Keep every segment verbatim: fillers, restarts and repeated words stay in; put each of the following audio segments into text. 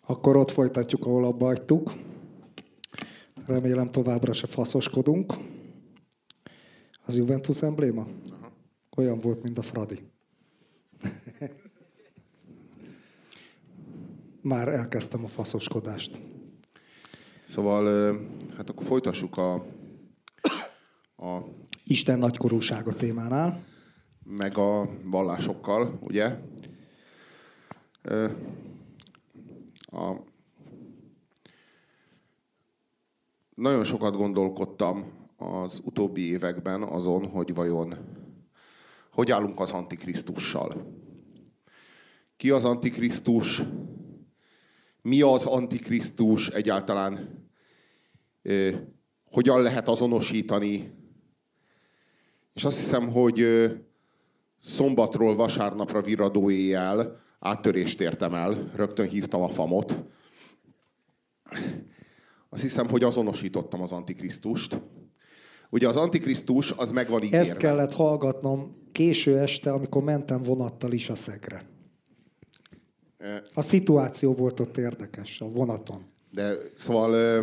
Akkor ott folytatjuk, ahol abba hagytuk. Remélem továbbra se faszoskodunk. Az Juventus embléma? Aha. Olyan volt, mint a Fradi. Már elkezdtem a faszoskodást. Szóval, hát akkor folytassuk a... a Isten nagykorúsága témánál. Meg a vallásokkal, ugye? A... Nagyon sokat gondolkodtam az utóbbi években azon, hogy vajon hogy állunk az Antikrisztussal. Ki az Antikrisztus? Mi az Antikrisztus? Egyáltalán eh, hogyan lehet azonosítani? És azt hiszem, hogy eh, szombatról vasárnapra virradó éjjel áttörést értem el. Rögtön hívtam a famot. Azt hiszem, hogy azonosítottam az Antikrisztust. Ugye az Antikrisztus az meg van ígérve. Ezt kellett hallgatnom késő este, amikor mentem vonattal is a Szegre. A szituáció volt ott érdekes, a vonaton. De szóval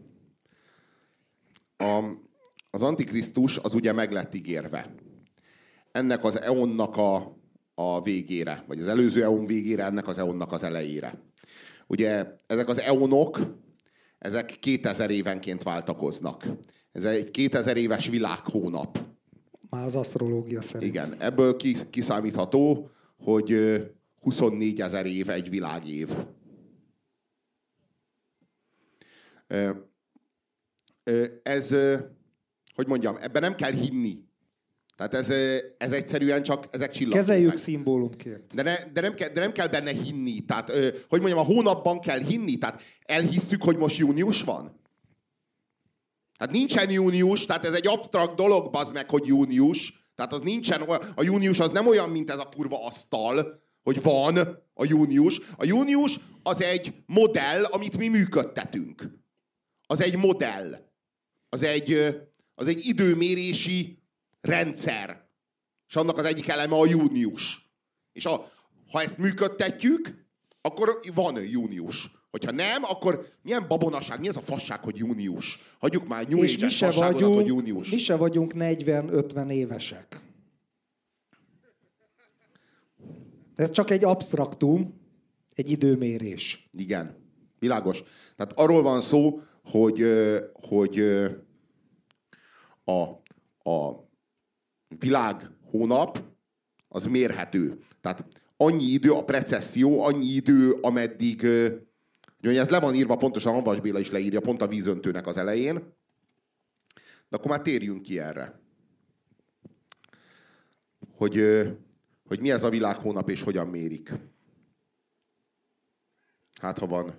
a, az Antikrisztus az ugye meg lett ígérve. Ennek az eonnak a, a végére, vagy az előző eon végére, ennek az eonnak az elejére. Ugye ezek az eonok, ezek kétezer évenként váltakoznak. Ez egy kétezer éves világhónap. Már az asztrológia szerint. Igen, ebből kiszámítható, hogy huszonnégyezer év egy világév. Ez, hogy mondjam, ebben nem kell hinni. Tehát ez, ez egyszerűen csak, ezek csillagképek. Kezeljük szimbólumként. De, ne, de, nem kell, de nem kell benne hinni. Tehát, hogy mondjam, a hónapban kell hinni. Tehát elhisszük, hogy most június van. Hát nincsen június, tehát ez egy absztrakt dolog, bazd meg, hogy június. Tehát az nincsen, a június az nem olyan, mint ez a kurva asztal, hogy van a június. A június az egy modell, amit mi működtetünk. Az egy modell. Az egy, az egy időmérési rendszer. És annak az egyik eleme a június. És a, ha ezt működtetjük, akkor van június. Hogyha nem, akkor milyen babonaság, mi ez a fasság, hogy június? Hagyjuk már New Age-es fasságodat, hogy június. Mi se vagyunk negyven-ötven évesek. Ez csak egy absztraktum, egy időmérés. Igen, világos. Tehát arról van szó, hogy, hogy a, a világ hónap az mérhető. Tehát annyi idő, a precesszió, annyi idő, ameddig, hogy ez le van írva, pontosan Havas Béla is leírja, pont a vízöntőnek az elején. De akkor már térjünk ki erre. Hogy, hogy mi ez a világhónap és hogyan mérik. Hát, ha van.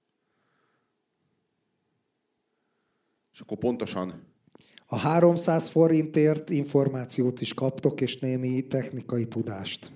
És akkor pontosan... A háromszáz forintért információt is kaptok, és némi technikai tudást.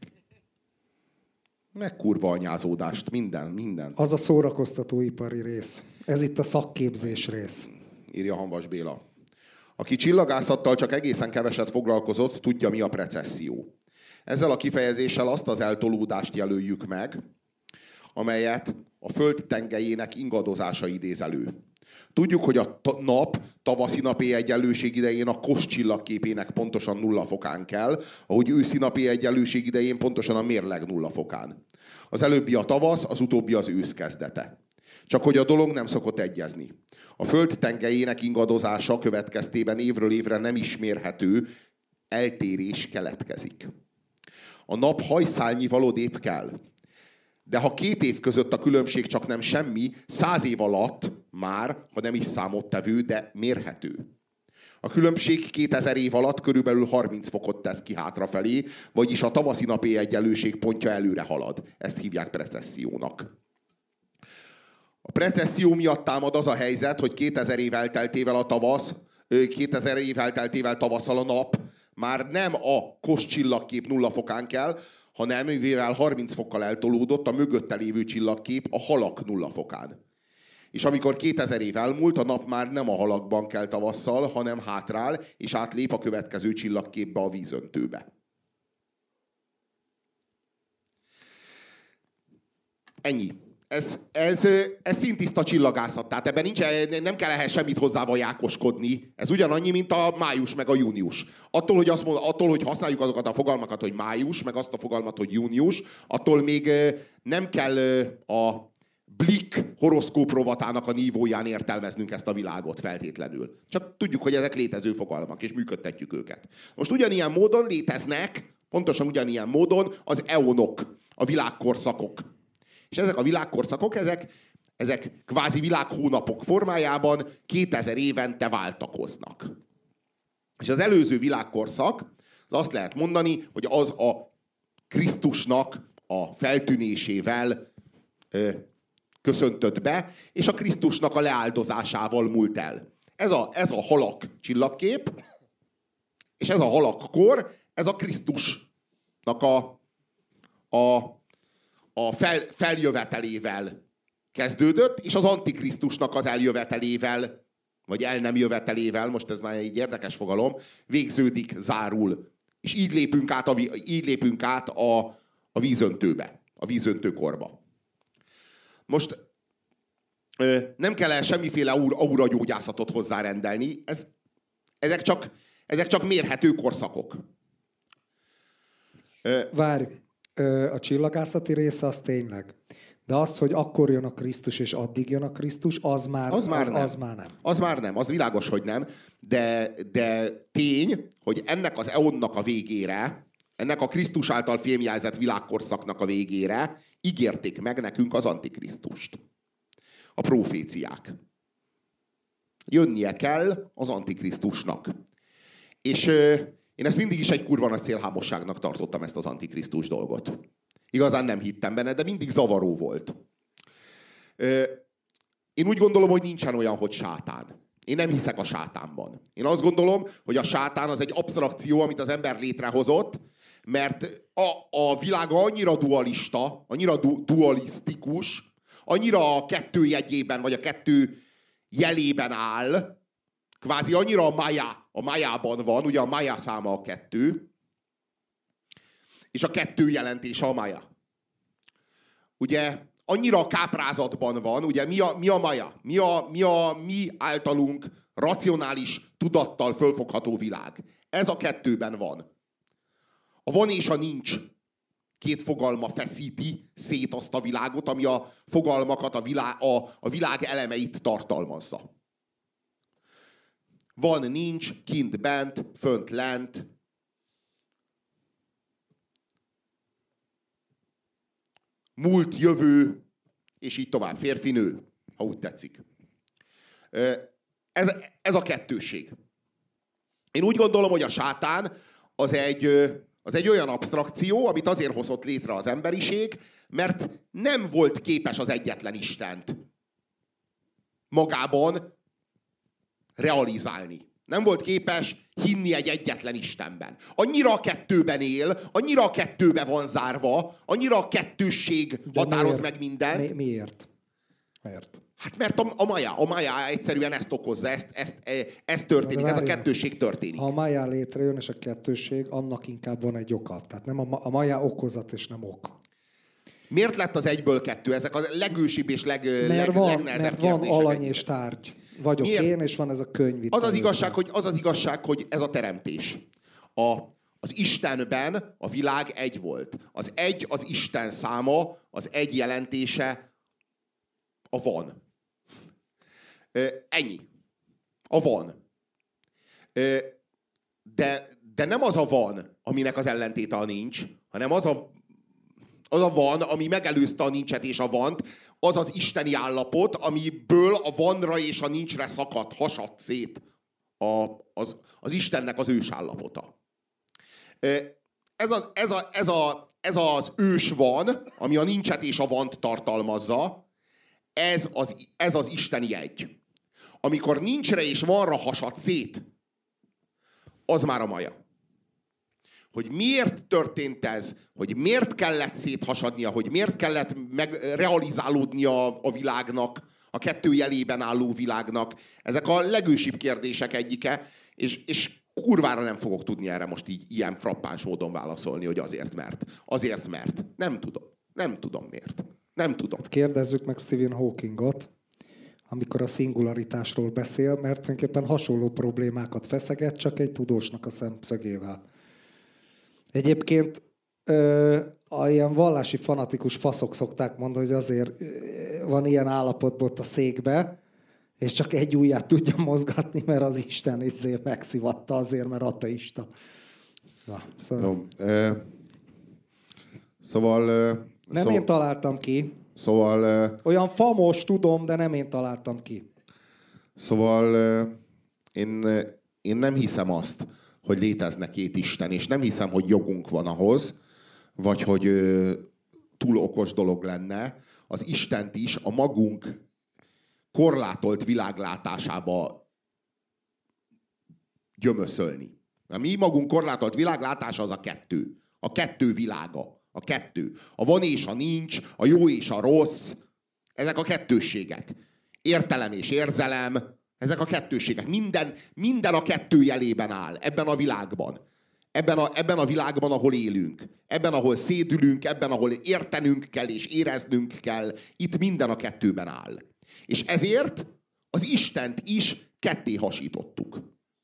Meg kurva anyázódást, minden, minden. Az a szórakoztatóipari rész. Ez itt a szakképzés rész. Írja Hamvas Béla. Aki csillagászattal csak egészen keveset foglalkozott, tudja, mi a precesszió. Ezzel a kifejezéssel azt az eltolódást jelöljük meg, amelyet a Föld tengelyének ingadozása idéz elő. Tudjuk, hogy a nap tavaszi napi egyenlőség idején a Kos csillagképének pontosan nulla fokán kell, ahogy őszi napi egyenlőség idején pontosan a mérleg nulla fokán. Az előbbi a tavasz, az utóbbi az ősz kezdete. Csak hogy a dolog nem szokott egyezni. A Föld tengelyének ingadozása következtében évről évre nem ismérhető eltérés keletkezik. A nap hajszálnyi valódépp kell. De ha két év között a különbség csak nem semmi, száz év alatt már, ha nem is számottevő, de mérhető. A különbség kétezer év alatt körülbelül harminc fokot tesz ki hátrafelé, vagyis a tavaszi napi egyenlőség pontja előre halad. Ezt hívják precessziónak. A precesszió miatt támad az a helyzet, hogy kétezer év elteltével a tavasz, kétezer év elteltével tavasszal a nap már nem a Kos csillagkép nulla fokán kell, hanem mivel harminc fokkal eltolódott, a mögötte lévő csillagkép a halak nulla fokán. És amikor kétezer év elmúlt, a nap már nem a halakban kell tavasszal, hanem hátrál, és átlép a következő csillagképbe, a vízöntőbe. Ennyi. ez, ez, ez szintiszta csillagászat, tehát ebben nincs, nem kell ehhez semmit hozzá vajákoskodni. Ez ugyanannyi, mint a május meg a június. Attól, hogy, azt mond, attól, hogy használjuk azokat a fogalmakat, hogy május, meg azt a fogalmat, hogy június, attól még nem kell a Blick horoszkóp rovatának a nívóján értelmeznünk ezt a világot feltétlenül. Csak tudjuk, hogy ezek létező fogalmak, és működtetjük őket. Most ugyanilyen módon léteznek, pontosan ugyanilyen módon az eonok, a világkorszakok. És ezek a világkorszakok, ezek, ezek kvázi világhónapok formájában kétezer évente váltakoznak. És az előző világkorszak, az azt lehet mondani, hogy az a Krisztusnak a feltűnésével ö, köszöntött be, és a Krisztusnak a leáldozásával múlt el. Ez a, ez a halak csillagkép, és ez a halakkor, ez a Krisztusnak a, a, a fel, feljövetelével kezdődött, és az Antikrisztusnak az eljövetelével, vagy el nem jövetelével, most ez már egy érdekes fogalom, végződik, zárul. És így lépünk át a, így lépünk át a, a vízöntőbe, a vízöntőkorba. Most nem kell el semmiféle auragyógyászatot hozzárendelni, ez, ezek, csak, ezek csak mérhető korszakok. Várj, a csillagászati része az tényleg. De az, hogy akkor jön a Krisztus, és addig jön a Krisztus, az már, az már, az, nem. Az már nem. Az már nem, az világos, hogy nem. De, de tény, hogy ennek az eonnak a végére, ennek a Krisztus által fémjelzett világkorszaknak a végére ígérték meg nekünk az Antikrisztust. A proféciák. Jönnie kell az Antikrisztusnak. És ö, én ezt mindig is egy kurva nagy szélhámosságnak tartottam, ezt az Antikrisztus dolgot. Igazán nem hittem benne, de mindig zavaró volt. Ö, én úgy gondolom, hogy nincsen olyan, hogy sátán. Én nem hiszek a sátánban. Én azt gondolom, hogy a sátán az egy absztrakció, amit az ember létrehozott, mert a, a világ annyira dualista, annyira du, dualisztikus, annyira a kettő jegyében, vagy a kettő jelében áll, kvázi annyira a májá, a májában van, ugye a májá száma a kettő, és a kettő jelentése a májá. Ugye annyira a káprázatban van, ugye mi a, mi a májá? Mi a, mi a mi általunk racionális tudattal fölfogható világ? Ez a kettőben van. A van és a nincs két fogalma feszíti szét azt a világot, ami a fogalmakat, a világ, a, a világ elemeit tartalmazza. Van, nincs, kint, bent, fönt, lent. Múlt, jövő, és így tovább. Férfi, nő, ha úgy tetszik. Ez, ez a kettőség. Én úgy gondolom, hogy a sátán az egy... Az egy olyan absztrakció, amit azért hozott létre az emberiség, mert nem volt képes az egyetlen Istent magában realizálni. Nem volt képes hinni egy egyetlen Istenben. Annyira a kettőben él, annyira a kettőbe van zárva, annyira a kettősség de határoz miért? Meg mindent. Mi, miért? Miért? Hát mert a, a Maja, a Maja egyszerűen ezt okozza, ezt, ezt, ezt történik, ez a kettősség történik. Ha a Maja létrejön, és a kettősség, annak inkább van egy oka. Tehát nem a, a Maja okozat, és nem ok. Miért lett az egyből kettő? Ezek a legősibb és leg, mert leg, van, legnehezebb mert van kérdések. alany és tárgy. Vagyok Miért? Én, és van ez a könyv. Az az, igazság, hogy, az az igazság, hogy ez a teremtés. A, az Istenben a világ egy volt. Az egy az Isten száma, az egy jelentése a van. Ennyi. A van. De, de nem az a van, aminek az ellentéte a nincs, hanem az a, az a van, ami megelőzte a nincset és a vant, az az isteni állapot, amiből a vanra és a nincsre szakadt, hasadt szét a, az, az Istennek az ős állapota. Ez, az, ez, a, ez, a, ez az ős van, ami a nincset és a vant tartalmazza, ez az, ez az isteni egy. Amikor nincsre és vanra hasad szét, az már a Maja. Hogy miért történt ez, hogy miért kellett széthasadnia, hogy miért kellett megrealizálódnia a világnak, a kettő jelében álló világnak, ezek a legősibb kérdések egyike, és, és kurvára nem fogok tudni erre most így ilyen frappáns módon válaszolni, hogy azért mert. Azért mert. Nem tudom. Nem tudom miért. Nem tudom. Hát kérdezzük meg Stephen Hawkingot, amikor a szingularitásról beszél, mert tulajdonképpen hasonló problémákat feszeget, csak egy tudósnak a szemszögével. Egyébként ö, a ilyen vallási fanatikus faszok szokták mondani, hogy azért van ilyen állapotban a székbe, és csak egy ujját tudja mozgatni, mert az Isten azért megszivatta azért, mert ateista. Na, szóval... Jó, e, szóval... Nem szóval, én találtam ki. Szóval... E, Olyan famos, tudom, de nem én találtam ki. Szóval e, én, én nem hiszem azt, hogy létezne két Isten, és nem hiszem, hogy jogunk van ahhoz, vagy hogy e, túl okos dolog lenne az Istent is a magunk korlátolt világlátásába gyömöszölni. A mi magunk korlátolt világlátása az a kettő. A kettő világa. A kettő. A van és a nincs, a jó és a rossz. Ezek a kettősségek. Értelem és érzelem. Ezek a kettősségek. Minden, minden a kettő jelében áll ebben a világban. Ebben a, ebben a világban, ahol élünk. Ebben, ahol szédülünk, ebben, ahol értenünk kell és éreznünk kell. Itt minden a kettőben áll. És ezért az Istent is ketté hasítottuk.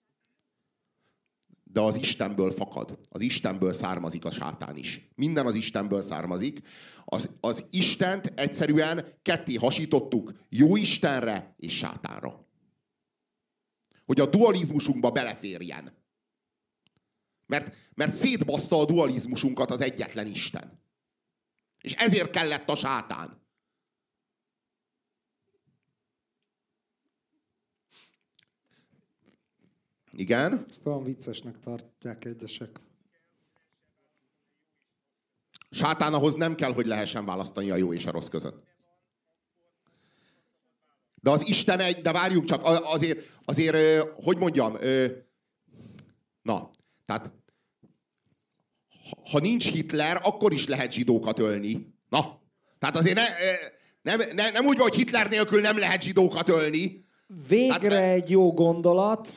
De az Istenből fakad. Az Istenből származik a sátán is. Minden az Istenből származik. Az, az Istent egyszerűen ketté hasítottuk jó Istenre és sátánra. Hogy a dualizmusunkba beleférjen. Mert, mert szétbaszta a dualizmusunkat az egyetlen Isten. És ezért kellett a sátán. Igen? Ezt olyan viccesnek tartják egyesek. Sátánahoz nem kell, hogy lehessen választani a jó és a rossz között. De az Isten egy, de várjunk csak, azért, azért hogy mondjam, na, tehát ha nincs Hitler, akkor is lehet zsidókat ölni. Na, tehát azért ne, nem, nem, nem úgy van, hogy Hitler nélkül nem lehet zsidókat ölni. Végre tehát, egy jó gondolat.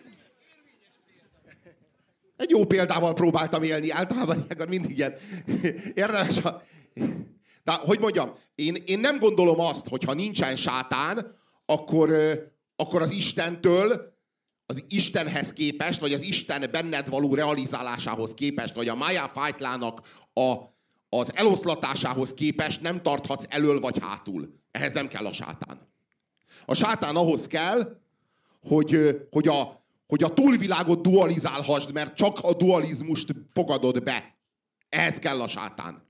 Egy jó példával próbáltam élni, általában mindig ilyen érdemes. A... De hogy mondjam, én, én nem gondolom azt, hogy ha nincsen sátán, akkor, akkor az Istentől, az Istenhez képest, vagy az Isten benned való realizálásához képest, vagy a Maya Fájtlának a, az eloszlatásához képest nem tarthatsz elől vagy hátul. Ehhez nem kell a sátán. A sátán ahhoz kell, hogy, hogy a hogy a túlvilágot dualizálhassd, mert csak a dualizmust fogadod be. Ehhez kell a sátán.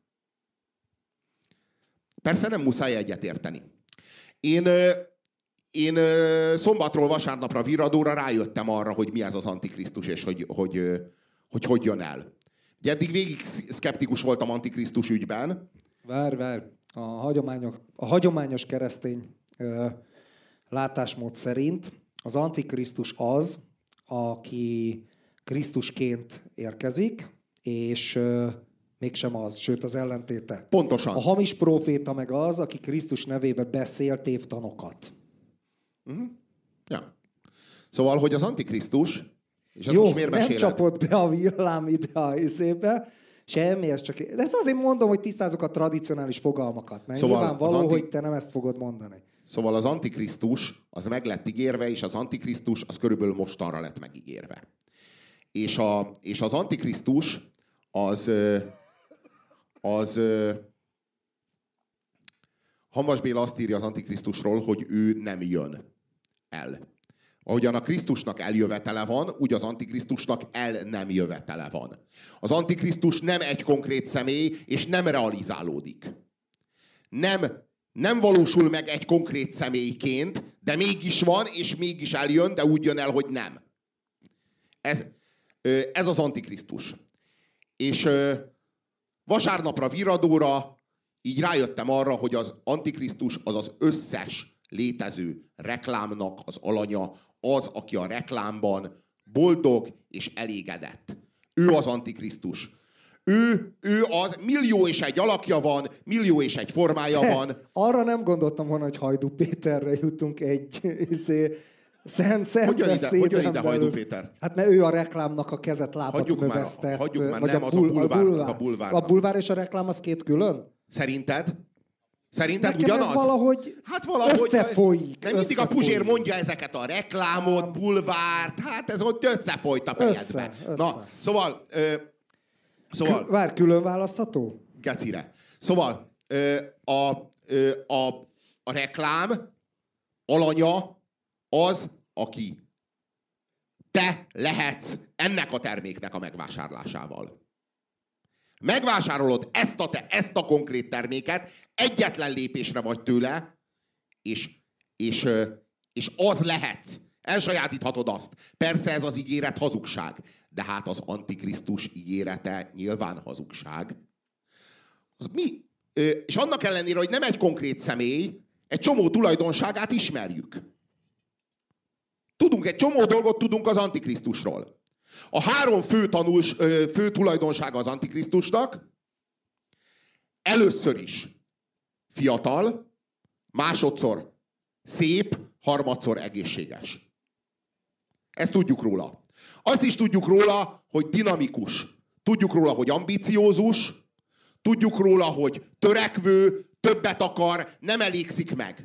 Persze nem muszáj egyetérteni. Én, én szombatról vasárnapra virradóra rájöttem arra, hogy mi ez az Antikrisztus, és hogy hogy, hogy, hogy jön el. Ugye eddig végig szkeptikus voltam Antikrisztus ügyben. Várj, várj. A hagyományos, a hagyományos keresztény ö, látásmód szerint az Antikrisztus az, aki Krisztusként érkezik, és uh, mégsem az, sőt az ellentéte. Pontosan. A hamis próféta meg az, aki Krisztus nevébe beszél tévtanokat. Uh-huh. Ja. Szóval, hogy az Antikrisztus, és ez jó, most miért nem meséled? csapott be a villám ide a izébe, semmi, ez csak... De ezt azért mondom, hogy tisztázok a tradicionális fogalmakat, mert szóval nyilvánvaló, anti... hogy te nem ezt fogod mondani. Szóval az Antikrisztus az meg lett ígérve, és az Antikrisztus az körülbelül mostanra lett megígérve. És, a, és az Antikrisztus az, az Hamvas Béla azt írja az Antikrisztusról, hogy ő nem jön el. Ahogyan a Krisztusnak eljövetele van, úgy az Antikrisztusnak el nem jövetele van. Az Antikrisztus nem egy konkrét személy, és nem realizálódik. Nem Nem valósul meg egy konkrét személyként, de mégis van, és mégis eljön, de úgy jön el, hogy nem. Ez, ez az Antikrisztus. És vasárnapra virradóra így rájöttem arra, hogy az Antikrisztus az az összes létező reklámnak az alanya, az, aki a reklámban boldog és elégedett. Ő az Antikrisztus. Ő, ő az, millió és egy alakja van, millió és egy formája van. Arra nem gondoltam volna, hogy Hajdú Péterre jutunk egy izé, szent, szent Hogy jön ide, hogy jön ide Hajdú Péter? Hát mert ő a reklámnak a kezet lábat növesztett. Hagyjuk már, nem, az a bulvár, az a bulvár. A bulvár és a reklám az két külön? Szerinted? Szerinted Nekem ugyanaz? ez valahogy hát valahogy összefolyik. Nem mindig a Puzsér mondja ezeket a reklámot, bulvárt, hát ez ott összefolyt a fejedbe. Össze, össze. Na, szóval... Ö, szóval Vár, külön választható? Gecire. Szóval ö, a, ö, a, a reklám alanya az, aki te lehetsz ennek a terméknek a megvásárlásával. Megvásárolod ezt a, te, ezt a konkrét terméket, egyetlen lépésre vagy tőle, és, és, és az lehetsz. Elsajátíthatod azt. Persze ez az ígéret hazugság, de hát az Antikrisztus ígérete nyilván hazugság. Az mi? És annak ellenére, hogy nem egy konkrét személy, egy csomó tulajdonságát ismerjük. Tudunk, egy csomó dolgot tudunk az Antikrisztusról. A három fő, tanul, fő tulajdonsága az Antikrisztusnak először is fiatal, másodszor szép, harmadszor egészséges. Ezt tudjuk róla. Azt is tudjuk róla, hogy dinamikus. Tudjuk róla, hogy ambiciózus. Tudjuk róla, hogy törekvő, többet akar, nem elégszik meg.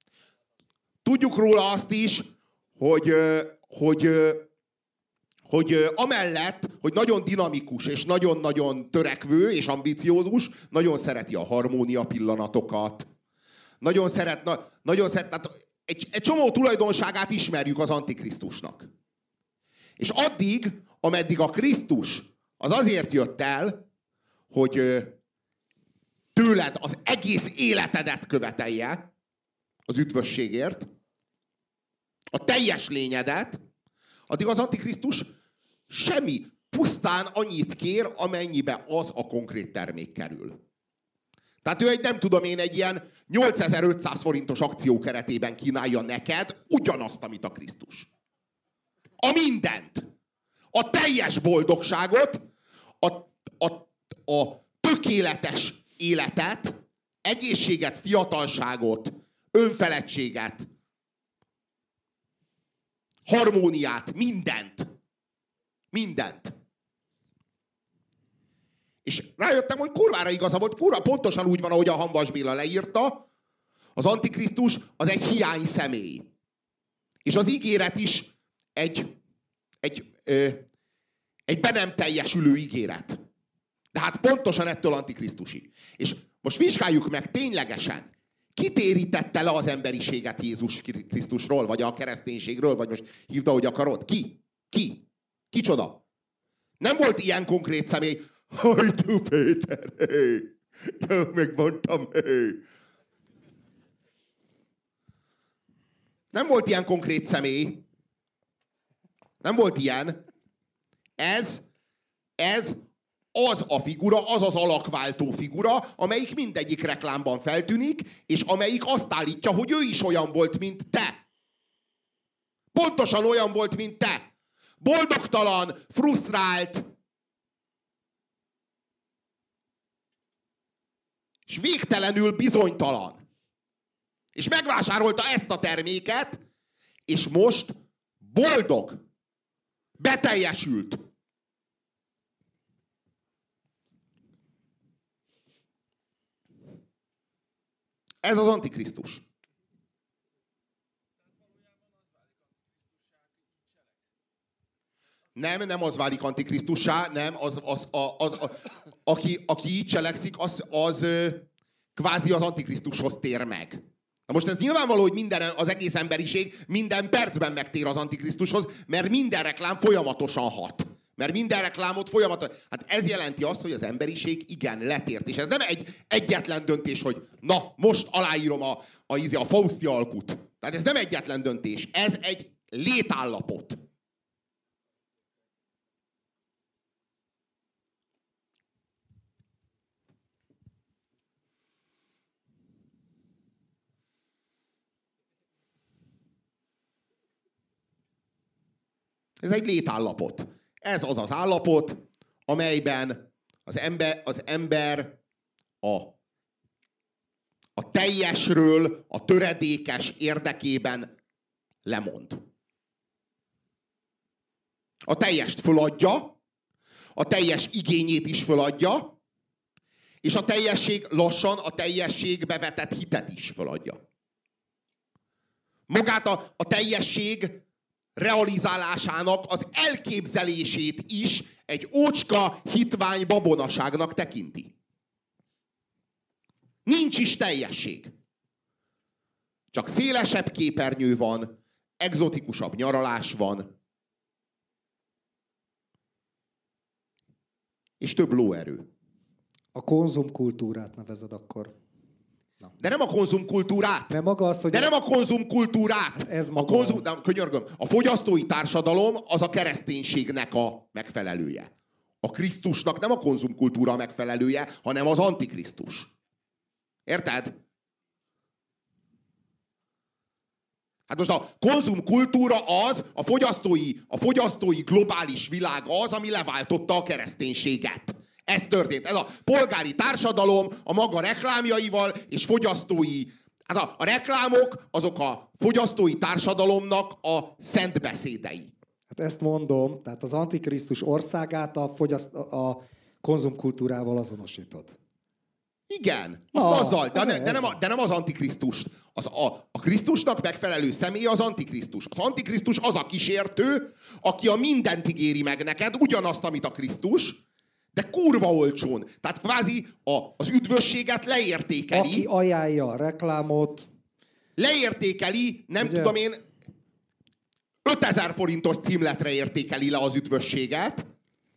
Tudjuk róla azt is, hogy, hogy, hogy amellett, hogy nagyon dinamikus, és nagyon-nagyon törekvő, és ambiciózus, nagyon szereti a harmónia pillanatokat. Nagyon szeret, na, nagyon szeret, tehát egy, egy csomó tulajdonságát ismerjük az Antikrisztusnak. És addig, ameddig a Krisztus az azért jött el, hogy tőled az egész életedet követelje az üdvösségért, a teljes lényedet, addig az Antikrisztus semmi, pusztán annyit kér, amennyibe az a konkrét termék kerül. Tehát ő egy, nem tudom én, egy ilyen nyolcezer-ötszáz forintos akció keretében kínálja neked ugyanazt, amit a Krisztus. A mindent. A teljes boldogságot, a, a, a tökéletes életet, egészséget, fiatalságot, önfeledtséget, harmóniát, mindent. Mindent. És rájöttem, hogy kurvára igaza volt, kurva pontosan úgy van, ahogy a Hamvas Béla leírta, az Antikrisztus az egy hiány személy. És az ígéret is egy, egy, ö, egy be nem teljesülő ígéret. De hát pontosan ettől antikrisztusi. És most vizsgáljuk meg ténylegesen, ki térítette le az emberiséget Jézus Krisztusról, vagy a kereszténységről, vagy most hívd, ahogy akarod. Ki? Ki? Kicsoda? Nem volt ilyen konkrét személy. Hajtú Péter, hé! Ja, megmondtam, hé! Nem volt ilyen konkrét személy. Nem volt ilyen. Ez, ez az a figura, az az alakváltó figura, amelyik mindegyik reklámban feltűnik, és amelyik azt állítja, hogy ő is olyan volt, mint te. Pontosan olyan volt, mint te. Boldogtalan, frusztrált, és végtelenül bizonytalan. És megvásárolta ezt a terméket, és most boldog, beteljesült. Ez az Antikrisztus. Nem, nem az válik antikrisztussá, nem, az, az, az, az, az aki, aki így cselekszik, az, az kvázi az Antikrisztushoz tér meg. Na most ez nyilvánvaló, hogy minden, az egész emberiség minden percben megtér az Antikrisztushoz, mert minden reklám folyamatosan hat. Mert minden reklámot folyamatosan... Hát ez jelenti azt, hogy az emberiség igen letért. És ez nem egy egyetlen döntés, hogy na, most aláírom a, a, a, a Fauszti alkut. Tehát ez nem egyetlen döntés. Ez egy létállapot. Ez egy létállapot. Ez az az állapot, amelyben az ember, az ember a, a teljesről, a töredékes érdekében lemond. A teljest föladja, a teljes igényét is föladja, És a teljesség lassan a teljességbe vetett hitet is feladja. Magát a, a teljesség realizálásának az elképzelését is egy ócska hitvány babonaságnak tekinti. Nincs is teljesség. Csak szélesebb képernyő van, egzotikusabb nyaralás van, és több lóerő. A konzumkultúrát nevezed akkor. Na. De nem a konzumkultúrát. De, maga az, hogy de nem a konzumkultúrát. Hát ez a, maga konzum, de, könyörgöm, a fogyasztói társadalom az a kereszténységnek a megfelelője. A Krisztusnak nem a konzumkultúra a megfelelője, hanem az antikrisztus. Érted? Hát most a konzumkultúra az, a fogyasztói, a fogyasztói globális világ az, ami leváltotta a kereszténységet. Ez történt. Ez a polgári társadalom a maga reklámjaival és fogyasztói... Hát a, a reklámok azok a fogyasztói társadalomnak a szent beszédei. Hát ezt mondom, tehát az Antikrisztus országát a, fogyaszt, a konzumkultúrával azonosítod. Igen, azt ah, azzal, de, ne, de, nem a, de nem az Antikrisztust. Az a, a Krisztusnak megfelelő személy az Antikrisztus. Az Antikrisztus az a kísértő, aki a mindent ígéri meg neked, ugyanazt, amit a Krisztus, de kurva olcsón. Tehát kvázi a, az üdvösséget leértékeli. Aki ajánlja a reklámot. Leértékeli, nem ugye? Tudom én, ötezer forintos címletre értékeli le az üdvösséget,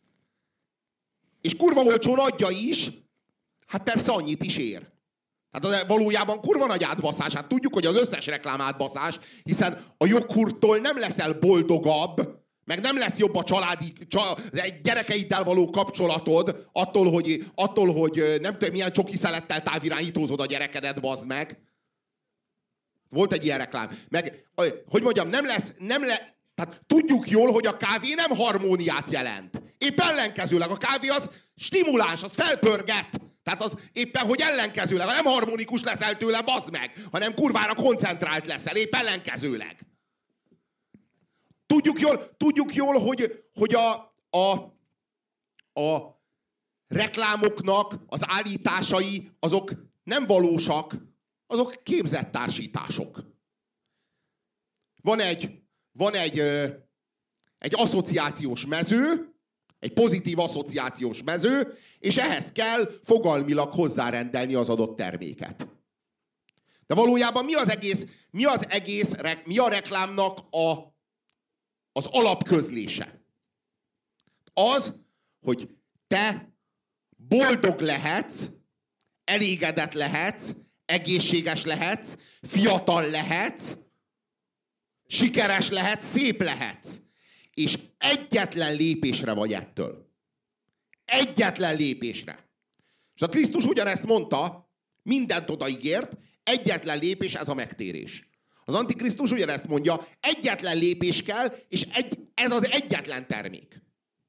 és kurva olcsón adja is. Hát persze annyit is ér. Hát valójában kurva nagy átbaszás. Hát tudjuk, hogy az összes reklám átbaszás, hiszen a joghurttól nem leszel boldogabb, meg nem lesz jobb a családi, egy gyerekeiddel való kapcsolatod attól, hogy, attól, hogy nem tudom, milyen csoki szelettel távirányítózod a gyerekedet, bazd meg. Volt egy ilyen reklám. Meg, hogy mondjam, nem lesz, nem le, tehát tudjuk jól, hogy a kávé nem harmóniát jelent. Épp ellenkezőleg a kávé az stimuláns, az felpörget. Tehát az éppen, hogy ellenkezőleg, nem harmonikus leszel tőle, bazd meg, hanem kurvára koncentrált leszel, épp ellenkezőleg. Tudjuk jól, tudjuk jól hogy, hogy a, a, a reklámoknak az állításai azok nem valósak, azok képzett társítások. Van egy, van egy, egy asszociációs mező, egy pozitív asszociációs mező, és ehhez kell fogalmilag hozzárendelni az adott terméket. De valójában mi az egész, mi az egész, mi a reklámnak a, az alapközlése? Az, hogy te boldog lehetsz, elégedett lehetsz, egészséges lehetsz, fiatal lehetsz, sikeres lehetsz, szép lehetsz. És egyetlen lépésre vagy ettől. Egyetlen lépésre. És a Krisztus ugyanezt mondta, mindent odaígért, egyetlen lépés, ez a megtérés. Az Antikrisztus ugyanezt mondja, egyetlen lépés kell, és egy, ez az egyetlen termék.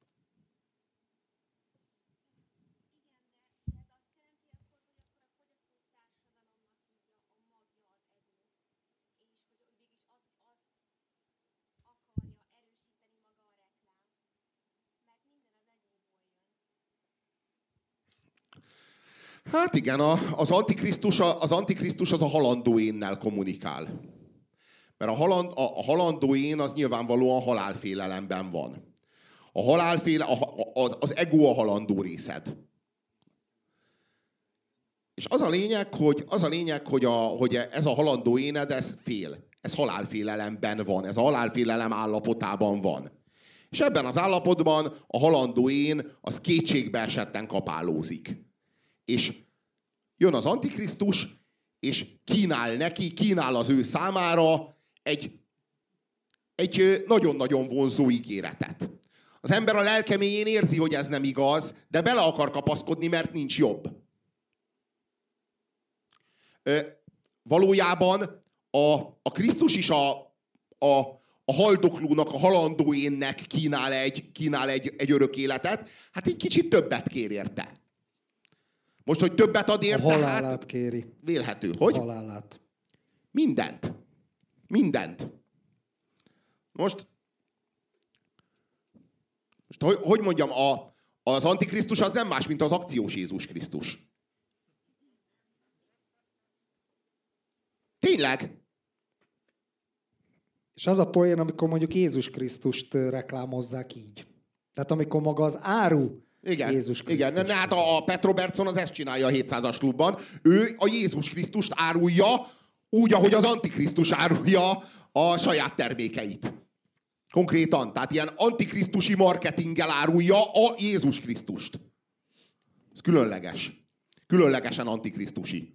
Hát igen, az Antikrisztus, az Antikrisztus az a halandó énnel kommunikál. Mert a, haland, a, a halandó én az nyilvánvalóan halálfélelemben van. A halálféle, a, az, az ego a halandó részed. És az a lényeg, hogy, az a lényeg, hogy, a, hogy ez a halandó éned, ez fél. Ez halálfélelemben van. Ez a halálfélelem állapotában van. És ebben az állapotban a halandó én az kétségbe esetten kapálózik. És jön az Antikrisztus, és kínál neki, kínál az ő számára egy, egy nagyon-nagyon vonzó ígéretet. Az ember a lelke mélyén érzi, hogy ez nem igaz, de bele akar kapaszkodni, mert nincs jobb. Ö, valójában a, a Krisztus is a, a, a haldoklónak, a halandó énnek kínál egy, kínál egy, egy örök életet. Hát egy kicsit többet kér érte. Most, hogy többet ad érte, a halálát hát kéri. Vélhető. Hogy? A halálát. Mindent. Mindent. Most, most hogy, hogy mondjam, a, az Antikrisztus az nem más, mint az akciós Jézus Krisztus. tényleg. És az a poén, amikor mondjuk Jézus Krisztust reklámozzák így. Tehát amikor maga az áru igen, Jézus Krisztus. igen. Ne, hát a, a Petro Bergson az ezt csinálja a hétszázas klubban. Ő a Jézus Krisztust árulja úgy, ahogy az Antikrisztus árulja a saját termékeit. Konkrétan. Tehát ilyen antikrisztusi marketinggel árulja a Jézus Krisztust. Ez különleges. Különlegesen antikrisztusi.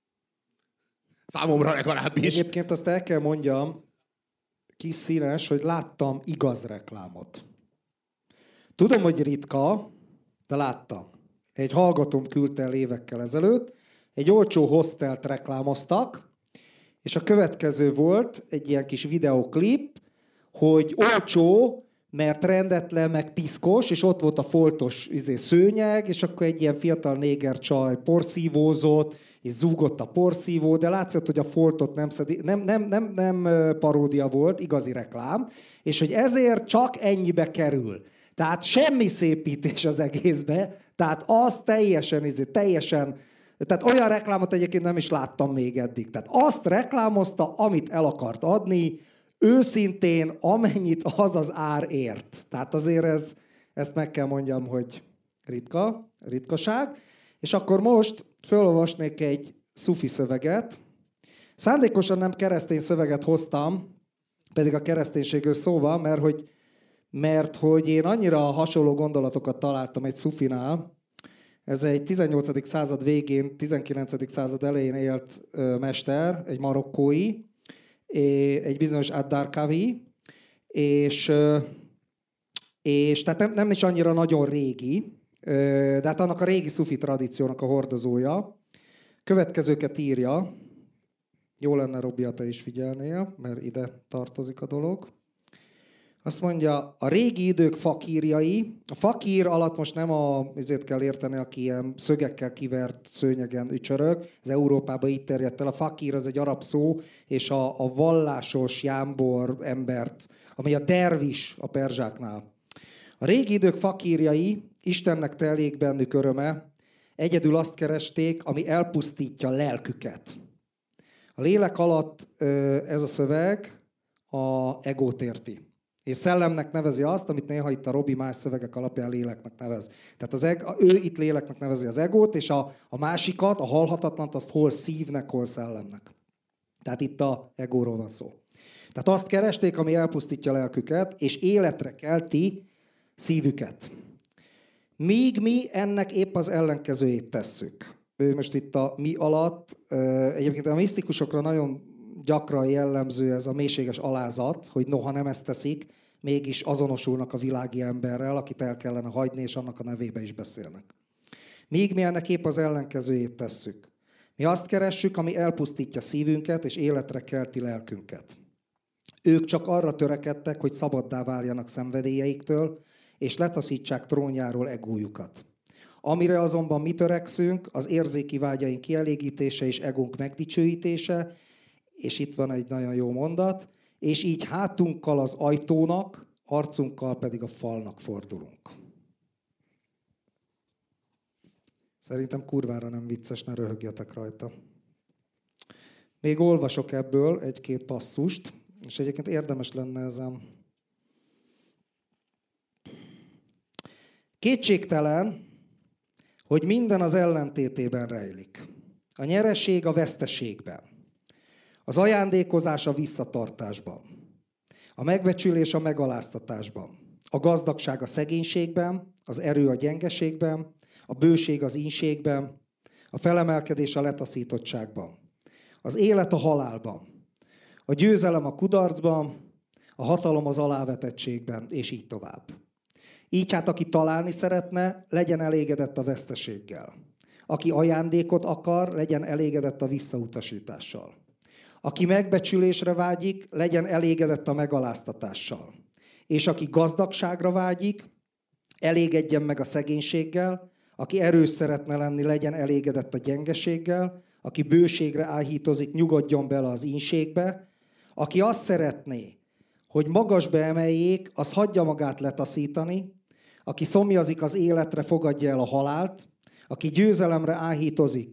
Számomra legalábbis. Egyébként azt el kell mondjam, kis színes, hogy láttam igaz reklámot. Tudom, hogy ritka, de láttam. Egy hallgatóm küldte el évekkel ezelőtt, egy olcsó hostelt reklámoztak, és a következő volt egy ilyen kis videoklip, hogy olcsó, mert rendetlen, meg piszkos, és ott volt a foltos izé, szőnyeg, és akkor egy ilyen fiatal néger csaj porszívózott, és zúgott a porszívó, de látszott, hogy a foltot nem, szedi, nem, nem, nem, nem paródia volt, igazi reklám, és hogy ezért csak ennyibe kerül. Tehát semmi szépítés az egészbe, tehát az teljesen, izé, teljesen, tehát olyan reklámot egyébként nem is láttam még eddig. Tehát azt reklámozta, amit el akart adni, őszintén, amennyit az az ár ért. Tehát azért ez, ezt meg kell mondjam, hogy ritka, ritkaság. És akkor most felolvasnék egy szufi szöveget. Szándékosan nem keresztény szöveget hoztam, pedig a kereszténységről szó van, mert hogy, mert hogy én annyira hasonló gondolatokat találtam egy szufinál. Ez egy tizennyolcadik század végén, tizenkilencedik század elején élt mester, egy marokkói, egy bizonyos Ad-Darkawi, és, és tehát nem, nem is annyira nagyon régi, de hát annak a régi szufi tradíciónak a hordozója. Következőket írja, jó lenne, Robi, ha te is figyelnél, mert ide tartozik a dolog. Azt mondja, a régi idők fakírjai, a fakír alatt most nem a, ezért kell érteni, aki ilyen szögekkel kivert szőnyegen ücsörög, az Európában így terjedt el. A fakír az egy arab szó, és a, a vallásos jámbor embert, ami a dervis a perzsáknál. A régi idők fakírjai, Istennek telik bennük öröme, egyedül azt keresték, ami elpusztítja lelküket. A lélek alatt ez a szöveg a egót érti. És szellemnek nevezi azt, amit néha itt a Robi más szövegek alapján léleknek nevez. Tehát az eg, ő itt léleknek nevezi az egót, és a, a másikat, a halhatatlant, azt hol szívnek, hol szellemnek. Tehát itt a egóról van szó. Tehát azt keresték, ami elpusztítja a lelküket, és életre kelti szívüket. Míg mi ennek épp az ellenkezőjét tesszük. Most itt a mi alatt, egyébként a misztikusokra nagyon gyakran jellemző ez a mélységes alázat, hogy noha nem ezt teszik, mégis azonosulnak a világi emberrel, akit el kellene hagyni, és annak a nevébe is beszélnek. Míg mi ennek épp az ellenkezőjét tesszük. Mi azt keressük, ami elpusztítja szívünket, és életre kelti lelkünket. Ők csak arra törekedtek, hogy szabaddá váljanak szenvedélyeiktől, és letaszítsák trónjáról egójukat. Amire azonban mi törekszünk, az érzéki vágyaink kielégítése és egónk megdicsőítése, és itt van egy nagyon jó mondat, és így hátunkkal az ajtónak, arcunkkal pedig a falnak fordulunk. Szerintem kurvára nem vicces, ne röhögjetek rajta. Még olvasok ebből egy-két passzust, és egyébként érdemes lenne ezen. Kétségtelen, hogy minden az ellentétében rejlik. A nyereség a veszteségben. Az ajándékozás a visszatartásban. A megbecsülés a megaláztatásban. A gazdagság a szegénységben, az erő a gyengeségben, a bőség az ínségben, a felemelkedés a letaszítottságban. Az élet a halálban. A győzelem a kudarcban, a hatalom az alávetettségben, és így tovább. Így hát, aki találni szeretne, legyen elégedett a veszteséggel. Aki ajándékot akar, legyen elégedett a visszautasítással. Aki megbecsülésre vágyik, legyen elégedett a megaláztatással. És aki gazdagságra vágyik, elégedjen meg a szegénységgel, aki erős szeretne lenni, legyen elégedett a gyengeséggel, aki bőségre áhítozik, nyugodjon bele az ínségbe, aki azt szeretné, hogy magasba emeljék, az hagyja magát letaszítani, aki szomjazik az életre, fogadja el a halált, aki győzelemre áhítozik,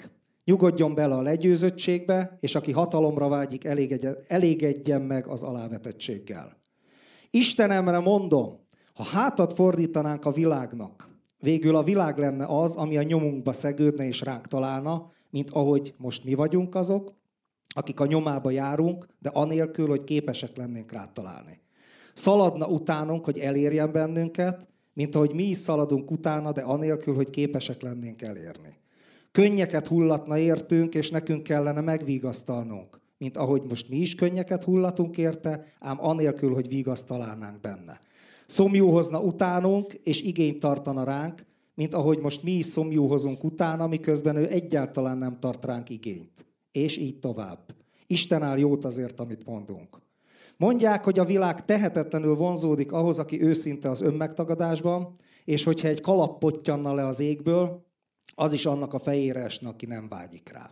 Nyugodjon bele a legyőzöttségbe, és aki hatalomra vágyik, elégedjen, elégedjen meg az alávetettséggel. Istenemre mondom, ha hátat fordítanánk a világnak, végül a világ lenne az, ami a nyomunkba szegődne és ránk találna, mint ahogy most mi vagyunk azok, akik a nyomába járunk, de anélkül, hogy képesek lennénk rá találni. Szaladna utánunk, hogy elérjen bennünket, mint ahogy mi is szaladunk utána, de anélkül, hogy képesek lennénk elérni. Könnyeket hullatna értünk, és nekünk kellene megvigasztalnunk, mint ahogy most mi is könnyeket hullatunk érte, ám anélkül, hogy vigaszt találnánk benne. Szomjúhozna utánunk, és igényt tartana ránk, mint ahogy most mi is szomjúhozunk utána, miközben ő egyáltalán nem tart ránk igényt. És így tovább. Isten áll jót azért, amit mondunk. Mondják, hogy a világ tehetetlenül vonzódik ahhoz, aki őszinte az önmegtagadásban, és hogyha egy kalap pottyanna le az égből, az is annak a fejére esne, aki nem vágyik rá.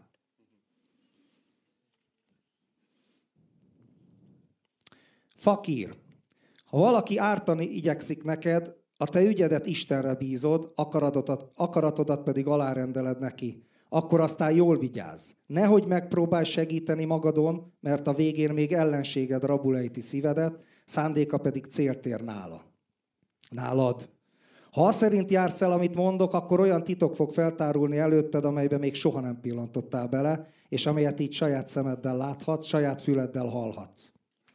Fakír. Ha valaki ártani igyekszik neked, a te ügyedet Istenre bízod, akaratodat, akaratodat pedig alárendeled neki. Akkor aztán jól vigyázz. Nehogy megpróbálj segíteni magadon, mert a végén még ellenséged rabulejti szívedet, szándéka pedig célt ér nála. Nálad. Ha azt szerint jársz el, amit mondok, akkor olyan titok fog feltárulni előtted, amelybe még soha nem pillantottál bele, és amelyet így saját szemeddel láthatsz, saját füleddel hallhatsz.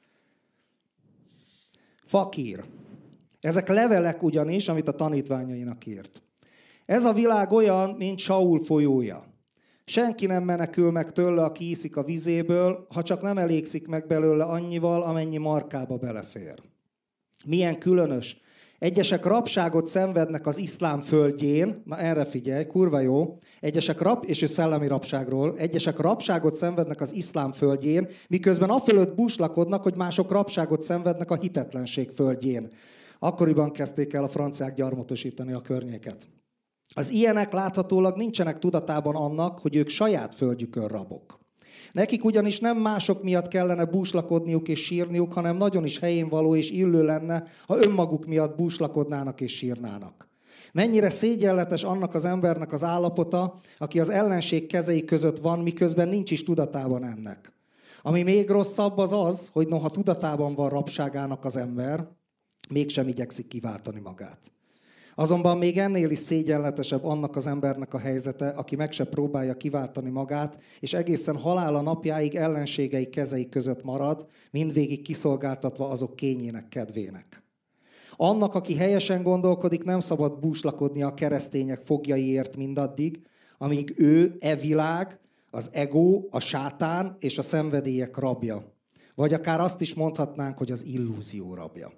Fakír. Ezek levelek ugyanis, amit a tanítványainak írt. Ez a világ olyan, mint Saul folyója. Senki nem menekül meg tőle, aki iszik a vizéből, ha csak nem elégszik meg belőle annyival, amennyi markába belefér. Milyen különös. Egyesek rabságot szenvednek az iszlám földjén, na erre figyelj, kurva jó, egyesek rab, és ő szellemi rabságról, egyesek rabságot szenvednek az iszlám földjén, miközben afölött búslakodnak, hogy mások rabságot szenvednek a hitetlenség földjén. Akkoriban kezdték el a franciák gyarmatosítani a környéket. Az ilyenek láthatólag nincsenek tudatában annak, hogy ők saját földjükön rabok. Nekik ugyanis nem mások miatt kellene búslakodniuk és sírniuk, hanem nagyon is helyén való és illő lenne, ha önmaguk miatt búslakodnának és sírnának. Mennyire szégyenletes annak az embernek az állapota, aki az ellenség kezei között van, miközben nincs is tudatában ennek. Ami még rosszabb az az, hogy noha tudatában van rabságának az ember, mégsem igyekszik kiváltani magát. Azonban még ennél is szégyenletesebb annak az embernek a helyzete, aki meg se próbálja kiváltani magát, és egészen halála napjáig ellenségei kezei között marad, mindvégig kiszolgáltatva azok kényének kedvének. Annak, aki helyesen gondolkodik, nem szabad búslakodnia a keresztények foglyaiért mindaddig, amíg ő, e világ, az ego, a sátán és a szenvedélyek rabja. Vagy akár azt is mondhatnánk, hogy az illúzió rabja.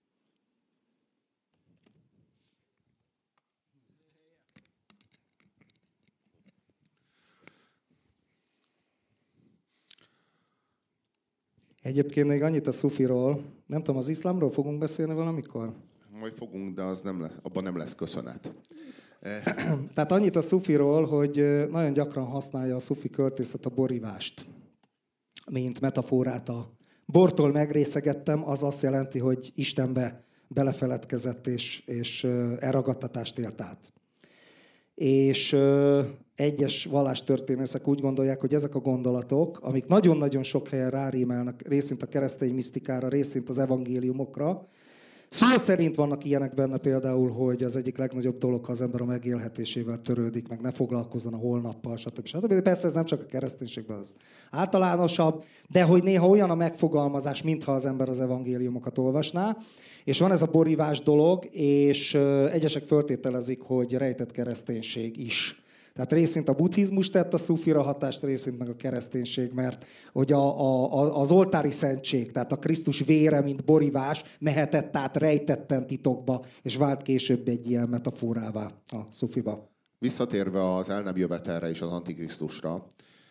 Egyébként még annyit a szufiról, nem tudom, az iszlámról fogunk beszélni valamikor? Majd fogunk, de az nem lesz, abban nem lesz köszönet. Tehát annyit a szufiról, hogy nagyon gyakran használja a szufi költészet a borivást, mint metaforát. A bortól megrészegettem, az azt jelenti, hogy Istenbe belefeledkezett és, és elragadtatást élt át. És egyes vallástörténészek úgy gondolják, hogy ezek a gondolatok, amik nagyon-nagyon sok helyen rárímelnek, részint a keresztény misztikára, részint az evangéliumokra, szó szerint vannak ilyenek benne például, hogy az egyik legnagyobb dolog, ha az ember a megélhetésével törődik, meg ne foglalkozzon a holnappal, stb. stb. Persze ez nem csak a kereszténységben az általánosabb, de hogy néha olyan a megfogalmazás, mintha az ember az evangéliumokat olvasná. És van ez a borívás dolog, és egyesek föltételezik, hogy rejtett kereszténység is. Tehát részint a buddhizmus tett a szufira hatást, részint meg a kereszténység, mert hogy a, a, az oltári szentség, tehát a Krisztus vére, mint borívás, mehetett át rejtetten titokba, és vált később egy ilyen metaforává a szufiba. Visszatérve az el nem jövetelre és az antikrisztusra,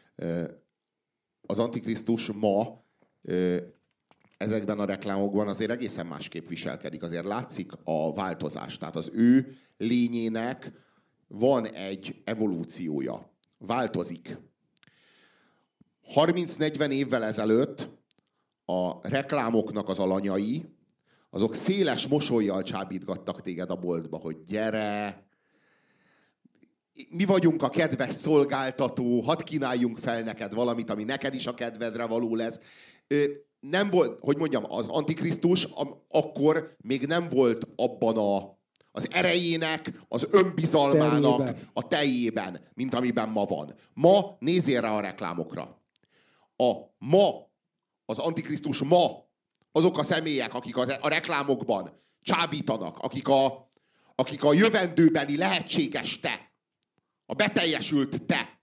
az antikrisztus ma ezekben a reklámokban azért egészen másképp viselkedik. Azért látszik a változás. Tehát az ő lényének van egy evolúciója. Változik. harminc-negyven évvel ezelőtt a reklámoknak az alanyai, azok széles mosollyal csábítgattak téged a boltba, hogy gyere, mi vagyunk a kedves szolgáltató, hadd kínáljunk fel neked valamit, ami neked is a kedvedre való lesz. Nem volt, hogy mondjam, az Antikrisztus akkor még nem volt abban a, az erejének, az önbizalmának teljében. a teljében, mint amiben ma van. Ma nézzél rá a reklámokra. A ma, az Antikrisztus ma, azok a személyek, akik a, a reklámokban csábítanak, akik a, akik a jövendőbeli lehetséges te, a beteljesült te.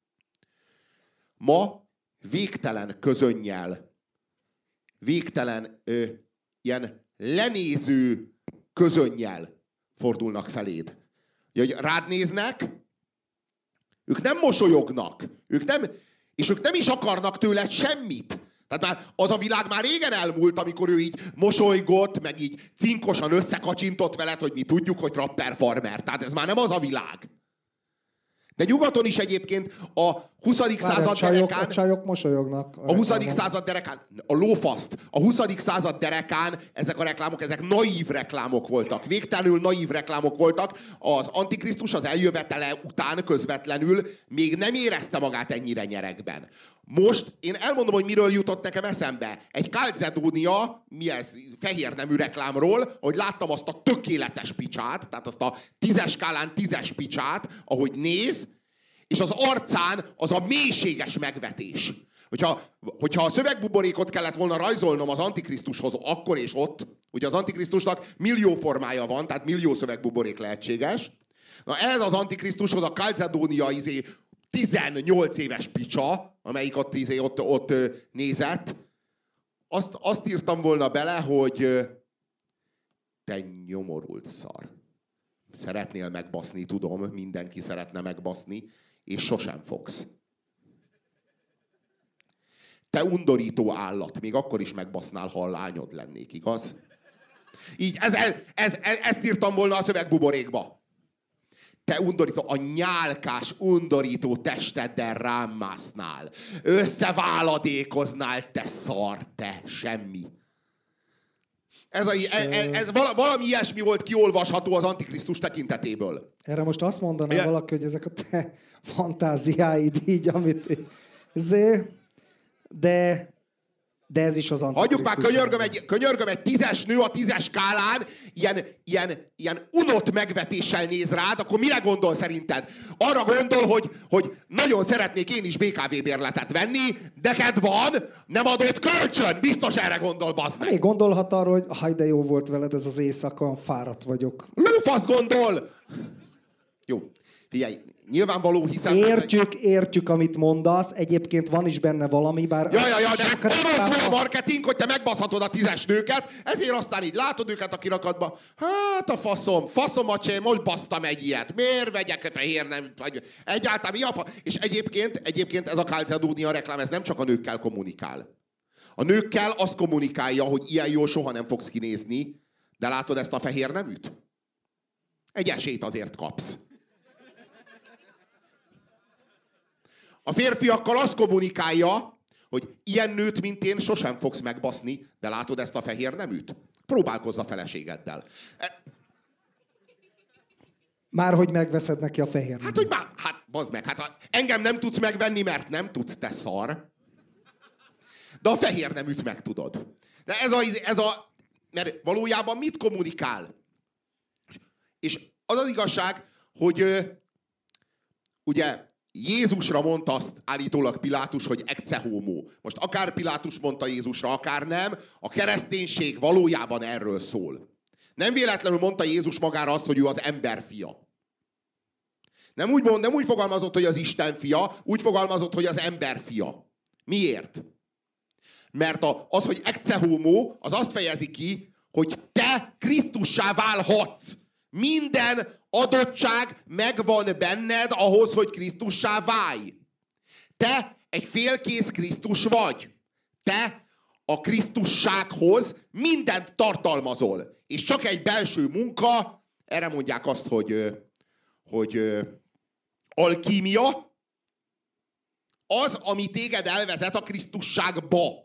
Ma végtelen közönnyel, végtelen ö, ilyen lenéző közönnyel fordulnak feléd. Hogy rád néznek, ők nem mosolyognak, ők nem, és ők nem is akarnak tőled semmit. Tehát már az a világ már régen elmúlt, amikor ő így mosolygott, meg így cinkosan összekacsintott veled, hogy mi tudjuk, hogy trapper farmer. Tehát ez már nem az a világ. De nyugaton is egyébként a huszadik század csajok, derekán... A csajok mosolyognak. A huszadik század derekán, a lófaszt, a huszadik század derekán ezek a reklámok, ezek naív reklámok voltak. Végtelenül naív reklámok voltak. Az Antikrisztus az eljövetele után közvetlenül még nem érezte magát ennyire nyeregben. Most én elmondom, hogy miről jutott nekem eszembe. Egy Calzedonia, mi ez, fehér nemű reklámról, hogy láttam azt a tökéletes picsát, tehát azt a tízes skálán tízes picsát, ahogy néz, és az arcán az a mélységes megvetés. Hogyha, hogyha a szövegbuborékot kellett volna rajzolnom az Antikrisztushoz akkor és ott, ugye az Antikrisztusnak millió formája van, tehát millió szövegbuborék lehetséges. Na ez az Antikrisztushoz a Calzedonia izé tizennyolc éves picsa, amelyik ott, izé, ott, ott nézett, azt, azt írtam volna bele, hogy te nyomorult szar. Szeretnél megbaszni, tudom, mindenki szeretne megbaszni, és sosem fogsz. Te undorító állat, még akkor is megbasznál, ha a lányod lennék, igaz? Így, ez, ez, ez, ezt írtam volna a szövegbuborékba. Te undorító, a nyálkás, undorító testeddel rám másznál. Összeváladékoznál, te szar, te semmi. Ez, a, ez, ez valami ilyesmi volt kiolvasható az Antikrisztus tekintetéből. Erre most azt mondaná ja. valaki, hogy ezek a te fantáziáid így, amit... Zé, de... De ez is az Antikrisztus. Hagyjuk már, könyörgöm egy, könyörgöm egy tízes nő a tízes skálán, ilyen, ilyen, ilyen unott megvetéssel néz rád, akkor mire gondol szerinted? Arra gondol, hogy, hogy nagyon szeretnék én is bé ká vé bérletet venni, de neked van, nem adott kölcsön. Biztos erre gondol, bazd meg. Még gondolhat arra, hogy haj, de jó volt veled ez az éjszaka, fáradt vagyok. Lófasz gondol! Jó, figyelj. Nyilvánvaló, hiszen... Értjük, értjük, amit mondasz. Egyébként van is benne valami, bár... Ja, ja, ja, de arról szól a marketing, hogy te megbaszhatod a tízes nőket, ezért aztán így látod őket a kirakatba. Hát a faszom, faszom a csé, most basztam egy ilyet. Miért vegyek fehér nem... Egyáltalán mi a fa... És egyébként, egyébként ez a Calzedonia reklám, ez nem csak a nőkkel kommunikál. A nőkkel azt kommunikálja, hogy ilyen jól soha nem fogsz kinézni, de látod ezt a fehér neműt? Egy esélyt azért kapsz. A férfiakkal azt kommunikálja, hogy ilyen nőt, mint én, sosem fogsz megbaszni, de látod ezt a fehér neműt? Próbálkozz a feleségeddel. Már hogy megveszed neki a fehér neműt. Hát, hogy már, hát, bazd meg, hát engem nem tudsz megvenni, mert nem tudsz, te szar. De a fehér neműt meg tudod. De ez a, ez a, mert valójában mit kommunikál? És az az igazság, hogy ugye, Jézusra mondta azt állítólag Pilátus, hogy ecce homo. Most akár Pilátus mondta Jézusra, akár nem, a kereszténység valójában erről szól. Nem véletlenül mondta Jézus magára azt, hogy ő az ember fia. Nem úgy, mond, nem úgy fogalmazott, hogy az Isten fia, úgy fogalmazott, hogy az ember fia. Miért? Mert az, hogy ecce homo, az azt fejezi ki, hogy te Krisztussá válhatsz. Minden adottság megvan benned ahhoz, hogy Krisztussá válj. Te egy félkész Krisztus vagy. Te a Krisztussághoz mindent tartalmazol. És csak egy belső munka, erre mondják azt, hogy, hogy alkímia, az, ami téged elvezet a Krisztusságba.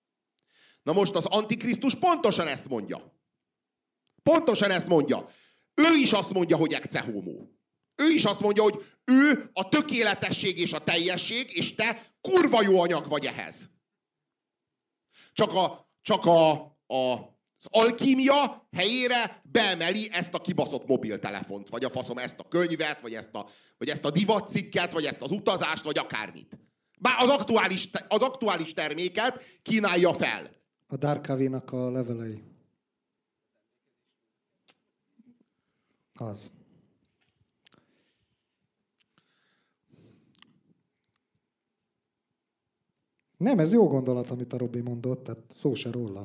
Na most az Antikrisztus pontosan ezt mondja. Pontosan ezt mondja. ő is azt mondja, hogy ecce homo. Ő is azt mondja, hogy ő a tökéletesség és a teljesség, és te kurva jó anyag vagy ehhez. Csak, a, csak a, a, az alkímia helyére beemeli ezt a kibaszott mobiltelefont, vagy a faszom ezt a könyvet, vagy ezt a, vagy ezt a divatcikket, vagy ezt az utazást, vagy akármit. Bár az aktuális, az aktuális terméket kínálja fel. A Dárkávénak a levelei. Az. Nem, ez jó gondolat, amit a Robi mondott, tehát szó se róla.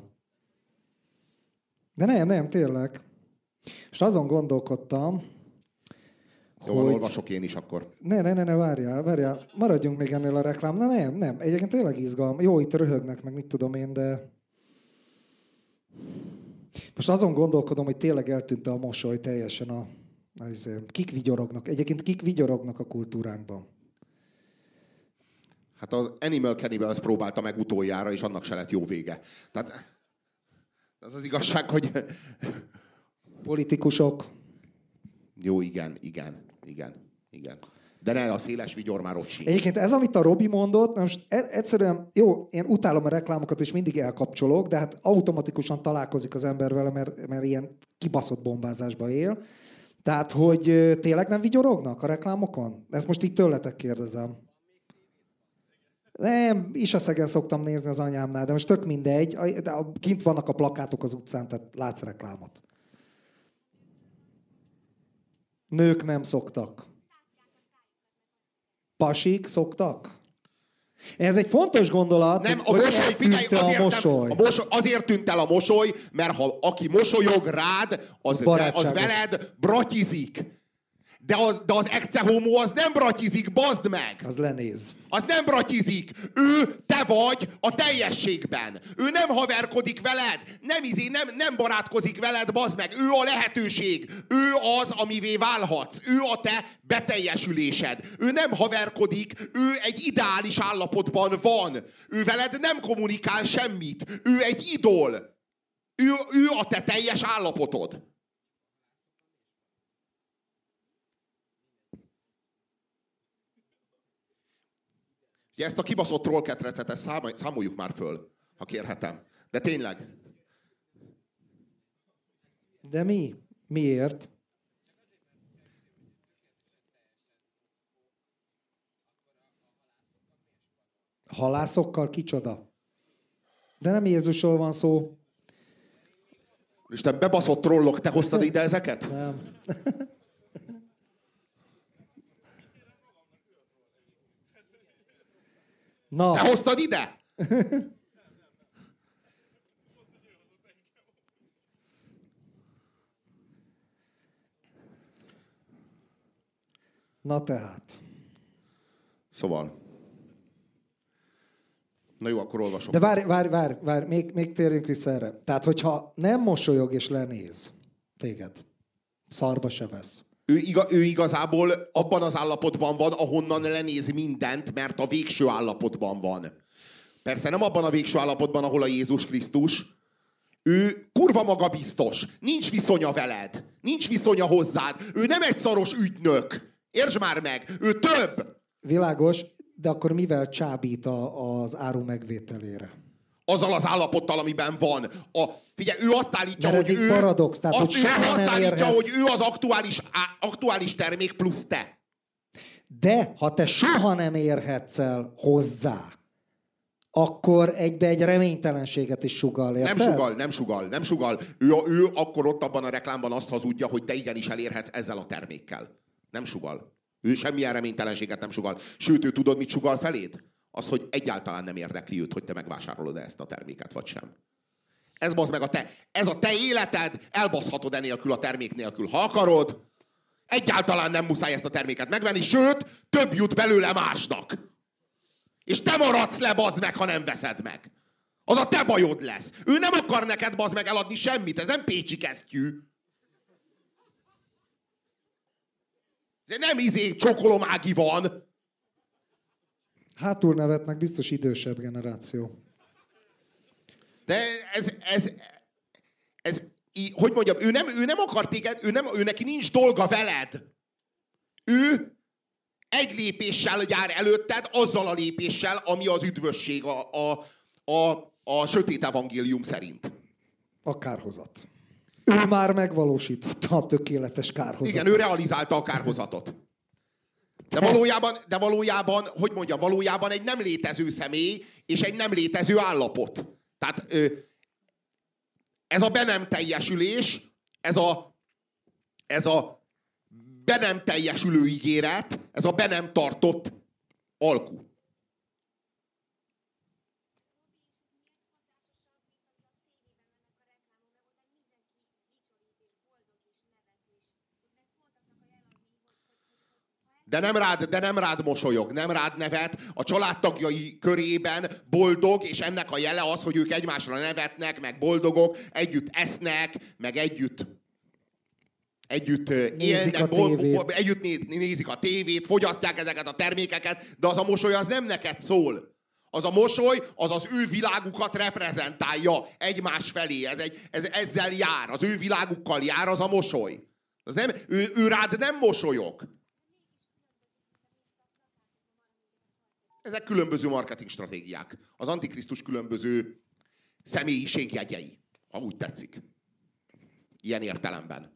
De nem, nem, tényleg. És azon gondolkodtam, Jó, hogy... olvasok én is akkor. Ne, ne, ne, ne, várjál, várjál. Maradjunk még ennél a reklám. Na nem, nem. Egyébként tényleg izgalom. Jó, itt röhögnek, meg mit tudom én, de... Most azon gondolkodom, hogy tényleg eltűnt a mosoly teljesen a... Az, kik vigyorognak? Egyébként kik vigyorognak a kultúránkban? Hát az Animal Cannibals próbálta meg utoljára, és annak se lett jó vége. Tehát az az igazság, hogy... Politikusok. Jó, igen, igen, igen, igen. De ne, a széles vigyor már ott sincs. Egyébként ez, amit a Robi mondott, most egyszerűen, jó, én utálom a reklámokat, és mindig elkapcsolok, de hát automatikusan találkozik az ember vele, mert, mert ilyen kibaszott bombázásba él. Tehát, hogy tényleg nem vigyorognak a reklámokon? Ezt most így tőletek kérdezem. Nem, Isaszegen szoktam nézni az anyámnál, de most tök mindegy. Kint vannak a plakátok az utcán, tehát látsz reklámot. Nők nem szoktak. Pasik szoktak? Ez egy fontos gondolat. Nem, a mosoly, figyelj, azért, a mosoly. Nem, a mosoly, azért tűnt el a mosoly, mert ha aki mosolyog rád, az, ve, az veled bratyizik. De az, de az ecce homo az nem bratyizik, bazd meg! Az lenéz. Az nem bratyizik. Ő, te vagy a teljességben. Ő nem haverkodik veled, nem, izé, nem, nem barátkozik veled, bazd meg. Ő a lehetőség. Ő az, amivé válhatsz. Ő a te beteljesülésed. Ő nem haverkodik, ő egy ideális állapotban van. Ő veled nem kommunikál semmit. Ő egy idol. Ő, ő a te teljes állapotod. Ugye ezt a kibaszott trollketrecet, ezt számoljuk már föl, ha kérhetem. De tényleg. De mi? Miért? Halászokkal kicsoda? De nem Jézusról van szó. Isten, bebaszott trollok, te hoztad ide ezeket? Nem. Na. Te hoztad ide? Na tehát. Szóval. Na jó, akkor olvasom. De várj, várj, várj, várj még, még térjünk vissza erre. Tehát, hogyha nem mosolyog és lenéz téged, szarba se vesz. Ő, iga, ő igazából abban az állapotban van, ahonnan lenéz mindent, mert a végső állapotban van. Persze nem abban a végső állapotban, ahol a Jézus Krisztus. Ő kurva magabiztos. Nincs viszonya veled. Nincs viszonya hozzád. Ő nem egy szaros ügynök. Értsd már meg. Ő több. Világos, de akkor mivel csábít a, az áru megvételére? Azzal az állapottal, amiben van. A, figyelj, ő azt állítja, mert hogy ő... paradox, tehát, azt, hogy ő soha azt nem állítja, érhetsz. hogy ő az aktuális, á, aktuális termék plusz te. De ha te soha nem érhetsz el hozzá, akkor egybe egy reménytelenséget is sugal, érted? Nem sugal, nem sugal, nem sugal. Ő, ő akkor ott abban a reklámban azt hazudja, hogy te igenis elérhetsz ezzel a termékkel. Nem sugal. Ő semmilyen reménytelenséget nem sugal. Sőt, ő tudod, mit sugal feléd? Az, hogy egyáltalán nem érdekli őt, hogy te megvásárolod ezt a terméket, vagy sem. Ez bazd meg a te, ez a te életed, elbaszhatod enélkül a termék nélkül, ha akarod. Egyáltalán nem muszáj ezt a terméket megvenni, sőt, több jut belőle másnak. És te maradsz le, bazd meg, ha nem veszed meg. Az a te bajod lesz. Ő nem akar neked, bazd meg, eladni semmit, ez nem pécsi kesztyű. Ez nem izé csokolomági van. Hátul nevetnek, biztos idősebb generáció. De ez, ez, ez, hogy mondjam, ő nem, ő nem akar téged, ő, nem, ő neki nincs dolga veled. Ő egy lépéssel jár előtted, azzal a lépéssel, ami az üdvösség a, a, a, a sötét evangélium szerint. A kárhozat. Ő már megvalósította a tökéletes kárhozatot. Igen, ő realizálta a kárhozatot. De valójában, de valójában, hogy mondjam, valójában egy nem létező személy és egy nem létező állapot. Tehát ez a be nem teljesülés, ez a, ez a be nem teljesülő ígéret, ez a be nem tartott alku. De nem rád, de nem rád mosolyog, nem rád nevet, a családtagjai körében boldog, és ennek a jele az, hogy ők egymásra nevetnek, meg boldogok, együtt esznek, meg együtt együtt élnek, bol, bol, együtt nézik a tévét, fogyasztják ezeket a termékeket, de az a mosoly az nem neked szól. Az a mosoly, az az ő világukat reprezentálja egymás felé. Ez egy, ez, ezzel jár, az ő világukkal jár az a mosoly. Az nem, ő, ő rád nem mosolyog. Ezek különböző marketing stratégiák. Az Antikrisztus különböző személyiségjegyei, ha úgy tetszik. Ilyen értelemben.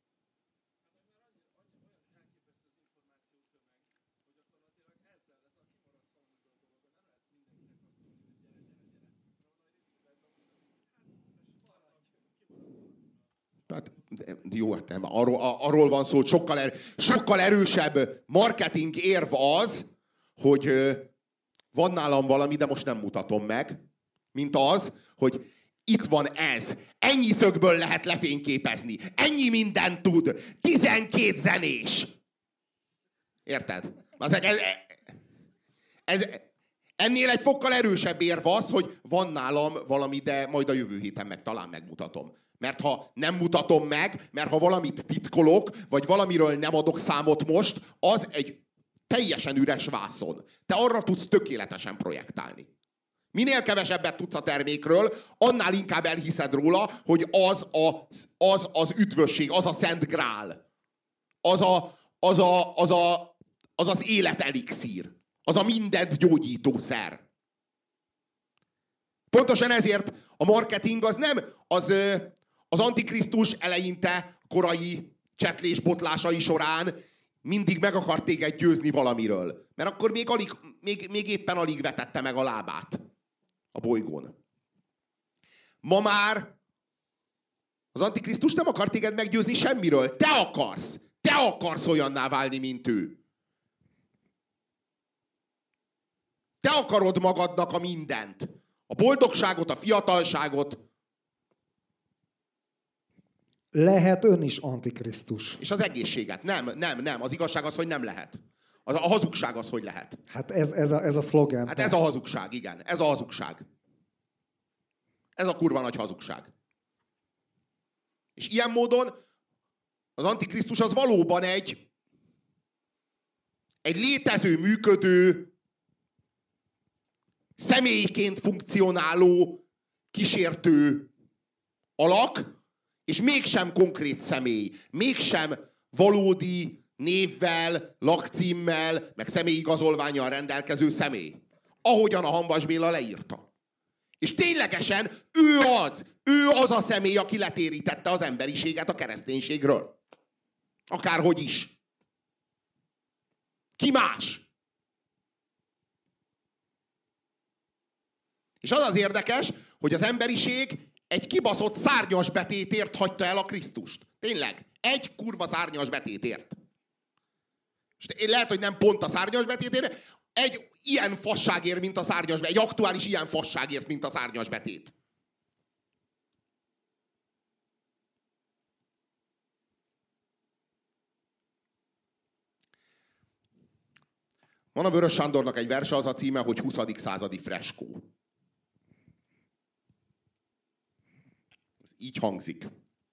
Tehát, jó, hát nem, arról, arról van szó, hogy sokkal, er, sokkal erősebb marketing érv az, hogy van nálam valami, de most nem mutatom meg, mint az, hogy itt van ez. Ennyi szögből lehet lefényképezni. Ennyi mindent tud. tizenkét zenés. Érted? Ez, ez, ez, ennél egy fokkal erősebb érv az, hogy van nálam valami, de majd a jövő héten meg talán megmutatom. Mert ha nem mutatom meg, mert ha valamit titkolok, vagy valamiről nem adok számot most, az egy teljesen üres vászon. Te arra tudsz tökéletesen projektálni. Minél kevesebbet tudsz a termékről, annál inkább elhiszed róla, hogy az a, az, az üdvösség, az a szent grál. Az a, az, a, az, a, az az életelixír. Az a mindent gyógyító szer. Pontosan ezért a marketing az nem az, az Antikrisztus eleinte korai csetlés botlásai során mindig meg akart téged győzni valamiről. Mert akkor még, alig, még, még éppen alig vetette meg a lábát a bolygón. Ma már az Antikrisztus nem akar téged meggyőzni semmiről. Te akarsz! Te akarsz olyanná válni, mint ő. Te akarod magadnak a mindent. A boldogságot, a fiatalságot. Lehet ön is Antikrisztus. És az egészséget. Nem, nem, nem. Az igazság az, hogy nem lehet. Az, a hazugság az, hogy lehet. Hát ez, ez, a, ez a szlogen. Hát ez a hazugság, igen. Ez a hazugság. Ez a kurva nagy hazugság. És ilyen módon az Antikrisztus az valóban egy egy létező, működő, személyként funkcionáló, kísértő alak, és mégsem konkrét személy, mégsem valódi névvel, lakcímmel, meg személyigazolvánnyal rendelkező személy. Ahogyan a Hamvas Béla leírta. És ténylegesen ő az, ő az a személy, aki letérítette az emberiséget a kereszténységről. Akárhogy is. Ki más? És az az érdekes, hogy az emberiség egy kibaszott szárnyas betétért hagyta el a Krisztust. Tényleg. Egy kurva szárnyas betétért. És lehet, hogy nem pont a szárnyas betétért, egy ilyen fasságért, mint a szárnyas betét. Egy aktuális ilyen fasságért, mint a szárnyas betét. Van a Vörös Sándornak egy verse, az a címe, hogy huszadik századi freskó. Ez így hangzik.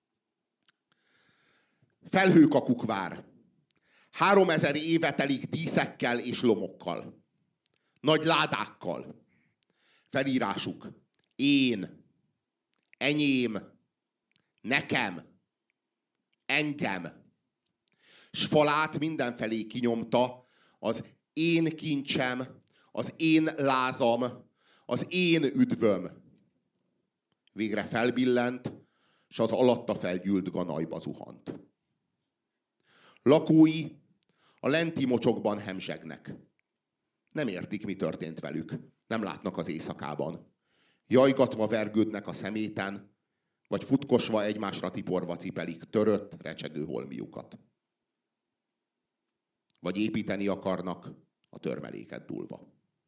Felhőkakuk vár. Háromezer éve telik díszekkel és lomokkal. Nagy ládákkal. Felírásuk. Én. Enyém. Nekem. Engem. S falát mindenfelé kinyomta az én kincsem, az én lázam, az én üdvöm. Végre felbillent, s az alatta felgyűlt ganajba zuhant. Lakói a lenti mocsokban hemzsegnek. Nem értik, mi történt velük. Nem látnak az éjszakában. Jajgatva vergődnek a szeméten, vagy futkosva egymásra tiporva cipelik törött, recsegő holmiukat. Vagy építeni akarnak a törmeléket dúlva.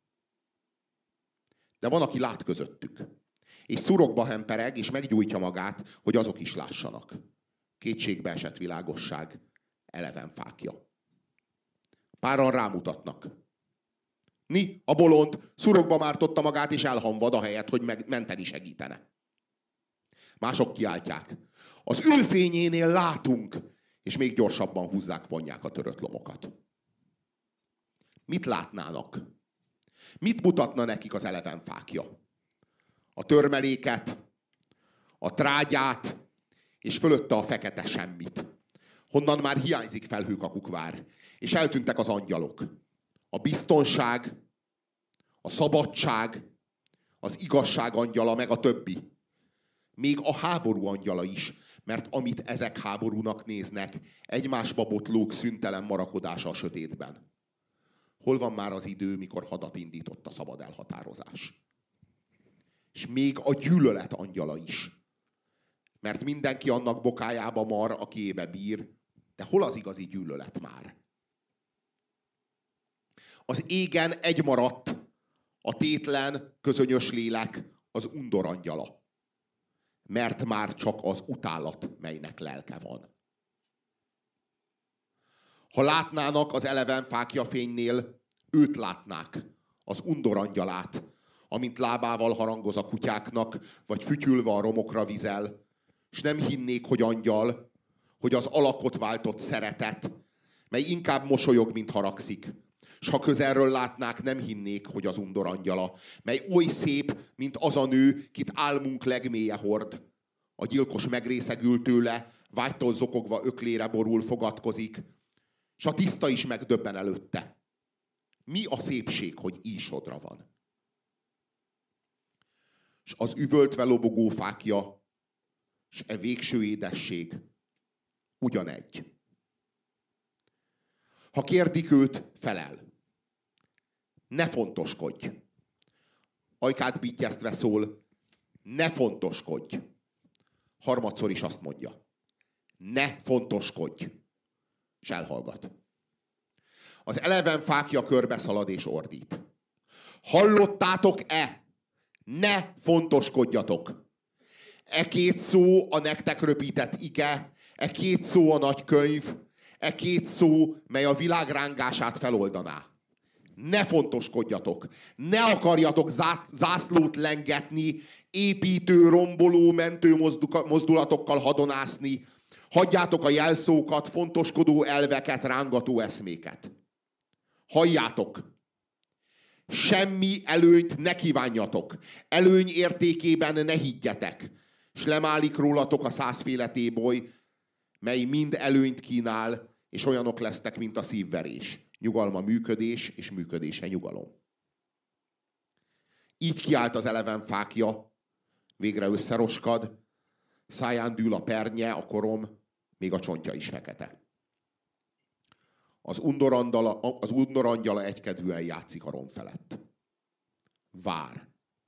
De van, aki lát közöttük. És szurokba hempereg, és meggyújtja magát, hogy azok is lássanak. Kétségbe esett világosság, eleven fákja. Páran rámutatnak. Ni, a bolond, szurokba mártotta magát, és elhamvad ahelyett, hogy meg menteni segítene. Mások kiáltják. Az ülfényénél látunk, és még gyorsabban húzzák, vonják a törött lomokat. Mit látnának? Mit mutatna nekik az eleven fákja? A törmeléket, a trágyát, és fölötte a fekete semmit. Honnan már hiányzik felhőkakukvár, és eltűntek az angyalok. A biztonság, a szabadság, az igazság angyala, meg a többi. Még a háború angyala is, mert amit ezek háborúnak néznek, egymásba botlók szüntelen marakodása a sötétben. Hol van már az idő, mikor hadat indított a szabad elhatározás? És még a gyűlölet angyala is. Mert mindenki annak bokájába mar, aki ébe bír, de hol az igazi gyűlölet már? Az égen egy maradt, a tétlen, közönyös lélek, az undor angyala. Mert már csak az utálat, melynek lelke van. Ha látnának az eleven fákja fénynél, őt látnák, az undor angyalát, amint lábával harangoz a kutyáknak, vagy fütyülve a romokra vizel, s nem hinnék, hogy angyal, hogy az alakot váltott szeretet, mely inkább mosolyog, mint haragszik. S ha közelről látnák, nem hinnék, hogy az undor angyala, mely oly szép, mint az a nő, kit álmunk legmélye hord. A gyilkos megrészegül tőle, vágytól zokogva öklére borul, fogadkozik, s a tiszta is megdöbben előtte. Mi a szépség, hogy így sodra van? S az üvöltve lobogó fákja, s e végső édesség ugyanegy. Ha kérdik őt, felel. Ne fontoskodj. Ajkát bittyeztve szól, ne fontoskodj. Harmadszor is azt mondja. Ne fontoskodj. S elhallgat. Az eleven fákja körbe szalad és ordít. Hallottátok-e? Ne fontoskodjatok. E két szó a nektek röpített ige, e két szó a nagy könyv, e két szó, mely a világ rángását feloldaná. Ne fontoskodjatok, ne akarjatok zászlót lengetni, építő, romboló, mentő mozdulatokkal hadonászni, hagyjátok a jelszókat, fontoskodó elveket, rángató eszméket. Halljátok! Semmi előnyt ne kívánjatok, előny értékében ne higgyetek, s lemálik rólatok a százféle téboly, mely mind előnyt kínál, és olyanok lesztek, mint a szívverés. Nyugalma működés, és működése nyugalom. Így kiállt az eleven fákja, végre összeroskad, száján dűl a pernye, a korom, még a csontja is fekete. Az undorandala, az undorangyala egykedvűen játszik a rom felett. Vár.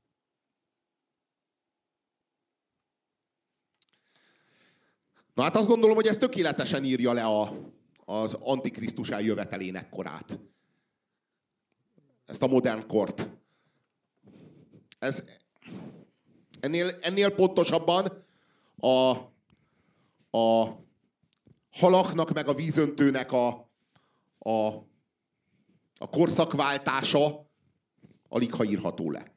Na hát azt gondolom, hogy ez tökéletesen írja le a, az Antikrisztus eljövetelének korát. Ezt a modern kort. Ez, ennél, ennél pontosabban a, a halaknak meg a vízöntőnek a, a, a korszakváltása alig ha írható le.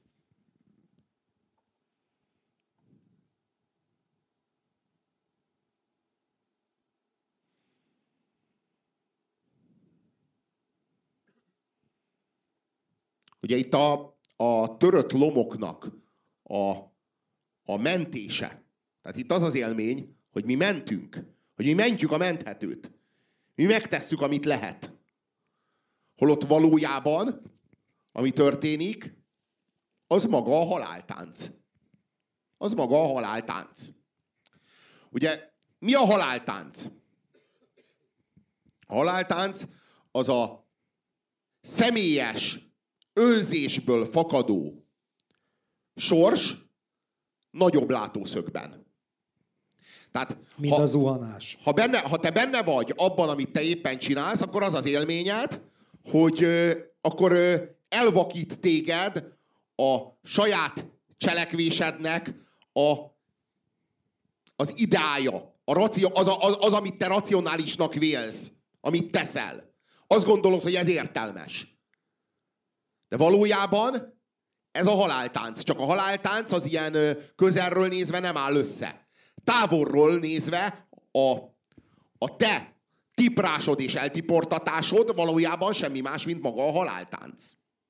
Ugye itt a, a törött lomoknak a, a mentése, Tehát itt az az élmény, hogy mi mentünk, hogy mi mentjük a menthetőt. Mi megtesszük, amit lehet. Holott valójában, ami történik, az maga a haláltánc. Az maga a haláltánc. Ugye, mi a haláltánc? A haláltánc az a személyes önzésből fakadó sors nagyobb látószögben. Tehát, Mint ha, a zuhanás. Ha, benne, ha te benne vagy abban, amit te éppen csinálsz, akkor az az élményed, hogy ö, akkor ö, elvakít téged a saját cselekvésednek a, az ideája, a racio, az, az, az, amit te racionálisnak vélsz, amit teszel. Azt gondolod, hogy ez értelmes. De valójában ez a haláltánc. Csak a haláltánc az ilyen ö, közelről nézve nem áll össze. Távolról nézve a, a te tiprásod és eltiportatásod valójában semmi más, mint maga a haláltánc.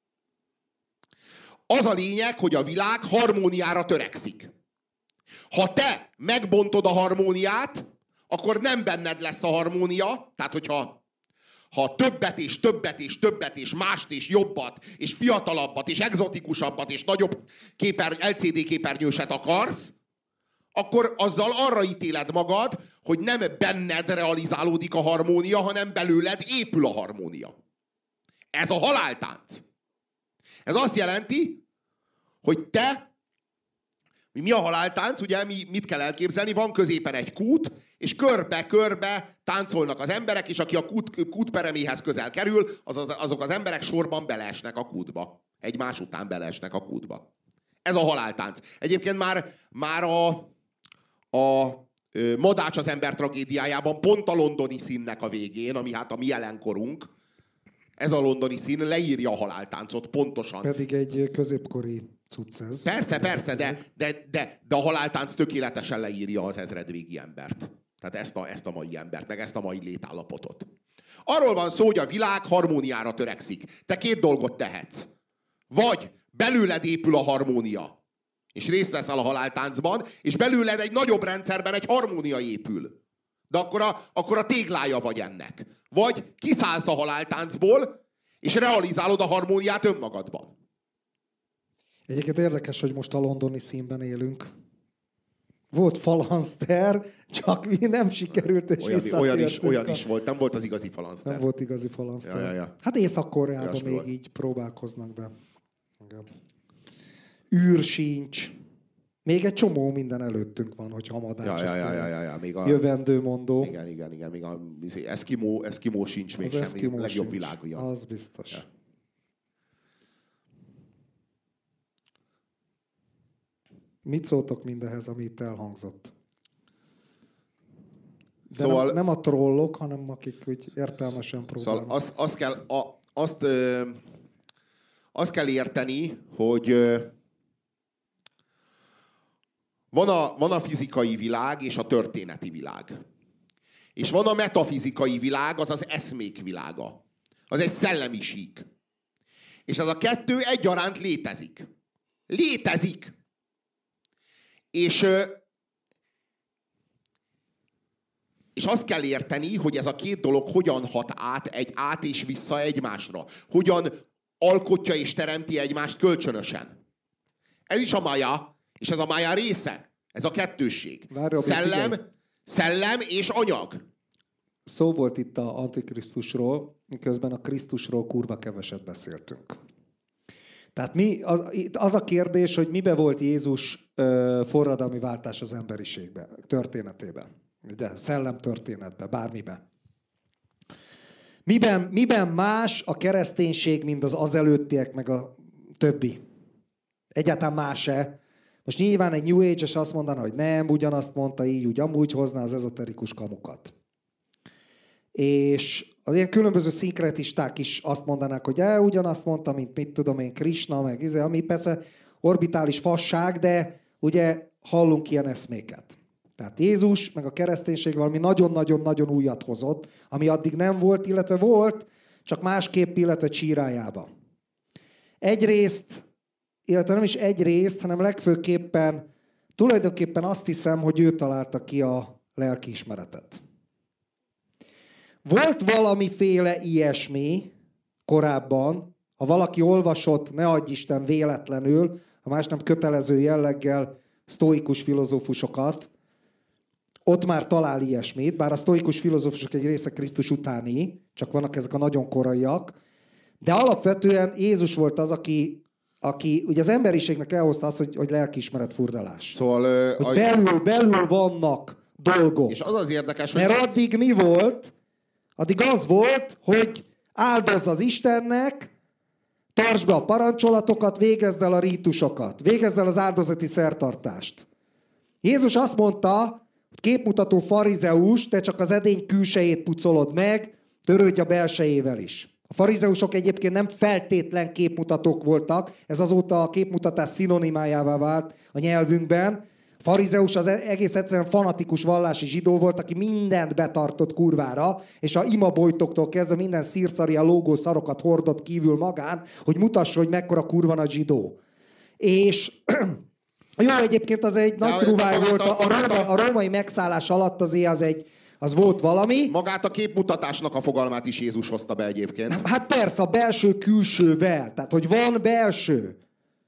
Az a lényeg, hogy a világ harmóniára törekszik. Ha te megbontod a harmóniát, akkor nem benned lesz a harmónia, tehát hogyha ha többet és többet és többet és mást és jobbat és fiatalabbat és egzotikusabbat és nagyobb képer, el cé dé képernyőset akarsz, akkor azzal arra ítéled magad, hogy nem benned realizálódik a harmónia, hanem belőled épül a harmónia. Ez a haláltánc. Ez azt jelenti, hogy te, mi a haláltánc, ugye, mi, mit kell elképzelni? Van középen egy kút, és körbe-körbe táncolnak az emberek, és aki a kút, kútpereméhez közel kerül, az, az, azok az emberek sorban beleesnek a kútba. Egymás után beleesnek a kútba. Ez a haláltánc. Egyébként már, már a, a Madács az ember tragédiájában pont a londoni színnek a végén, ami hát a mi jelenkorunk, ez a londoni szín leírja a haláltáncot pontosan. Pedig egy középkori cucc ez. Persze, persze, de, de, de, de a haláltánc tökéletesen leírja az ezredvégi embert. Tehát ezt a, ezt a mai embert, meg ezt a mai létállapotot. Arról van szó, hogy a világ harmóniára törekszik. Te két dolgot tehetsz. Vagy belőled épül a harmónia, és részt veszel a haláltáncban, és belőled egy nagyobb rendszerben egy harmónia épül. De akkor a, akkor a téglája vagy ennek. Vagy kiszállsz a haláltáncból, és realizálod a harmóniát önmagadban. Egyébként érdekes, hogy most a londoni színben élünk. Volt falanszter, csak mi nem sikerült, és olyan, olyan, is, olyan a... is volt, nem volt az igazi falanszter. Nem volt igazi falanszter. Ja, ja, ja. Hát Észak-Koreában még volt. Így próbálkoznak, de... Űr sincs. Még egy csomó minden előttünk van, hogy Madács ja, ja, ja, ja, ja. Még a... jövendőmondó. Igen, igen, igen. Még a Eszkimó, Eszkimó sincs még az semmi. A legjobb sincs. világúja. Az biztos. Ja. Mit szóltok mindehez, ami itt elhangzott? De szóval... nem, nem a trollok, hanem akik úgy értelmesen próbálnak. Szóval azt, azt, kell, a, azt, ö, azt kell érteni, hogy ö, van, a, van a fizikai világ és a történeti világ. És van a metafizikai világ, az az eszmék világa. Az egy szellemi sík. És ez a kettő egyaránt létezik. Létezik! És, és azt kell érteni, hogy ez a két dolog hogyan hat át, egy át és vissza egymásra. Hogyan alkotja és teremti egymást kölcsönösen. Ez is a mája, és ez a mája része. Ez a kettősség. Várja, szellem, szellem és anyag. Szó volt itt az Antikrisztusról, miközben a Krisztusról kurva keveset beszéltünk. Tehát mi, az, az a kérdés, hogy mibe volt Jézus ö, forradalmi váltás az emberiségbe, történetében, ugye, szellem történetben, bármiben. Miben, miben más a kereszténység, mint az azelőttiek, meg a többi? Egyáltalán más-e? Most nyilván egy New Age-es azt mondaná, hogy nem, ugyanazt mondta így, úgy amúgy hozná az ezoterikus kamukat. És az ilyen különböző szinkretisták is azt mondanák, hogy el, ugyanazt mondta, mint mit tudom én, Krishna, meg izé, ami persze orbitális fasság, de ugye hallunk ilyen eszméket. Tehát Jézus, meg a kereszténység valami nagyon-nagyon-nagyon újat hozott, ami addig nem volt, illetve volt, csak másképp, illetve csírájába. Egyrészt, illetve nem is egyrészt, hanem legfőképpen tulajdonképpen azt hiszem, hogy ő találta ki a lelkiismeretet. Volt valamiféle ilyesmi korábban, ha valaki olvasott, ne adj Isten véletlenül, ha más nem kötelező jelleggel sztoikus filozófusokat, ott már talál ilyesmit, bár a sztoikus filozófusok egy része Krisztus utáni, csak vannak ezek a nagyon koraiak, de alapvetően Jézus volt az, aki, aki ugye az emberiségnek elhozta azt, hogy, hogy lelkiismeret furdalás. Szóval... Hogy a... belül, belül vannak dolgok. És az az érdekes, hogy... Mert addig mi volt? Addig az volt, hogy áldozz az Istennek, tartsd be a parancsolatokat, végezd el a rítusokat, végezd el az áldozati szertartást. Jézus azt mondta, hogy képmutató farizeus, te csak az edény külsejét pucolod meg, törődj a belsejével is. A farizeusok egyébként nem feltétlen képmutatók voltak, ez azóta a képmutatás szinonimájává vált a nyelvünkben. A farizeus az egész egyszerűen fanatikus vallási zsidó volt, aki mindent betartott kurvára, és a imabojtoktól kezdve minden szírszari a lógó szarokat hordott kívül magán, hogy mutassa, hogy mekkora kurva nagy zsidó. És jó, egyébként az egy nagy trúváj volt, a, a, a, a római megszállás alatt azért az egy az volt valami. Magát a képmutatásnak a fogalmát is Jézus hozta be egyébként. Hát persze, a belső-külsővel. Tehát, hogy van belső.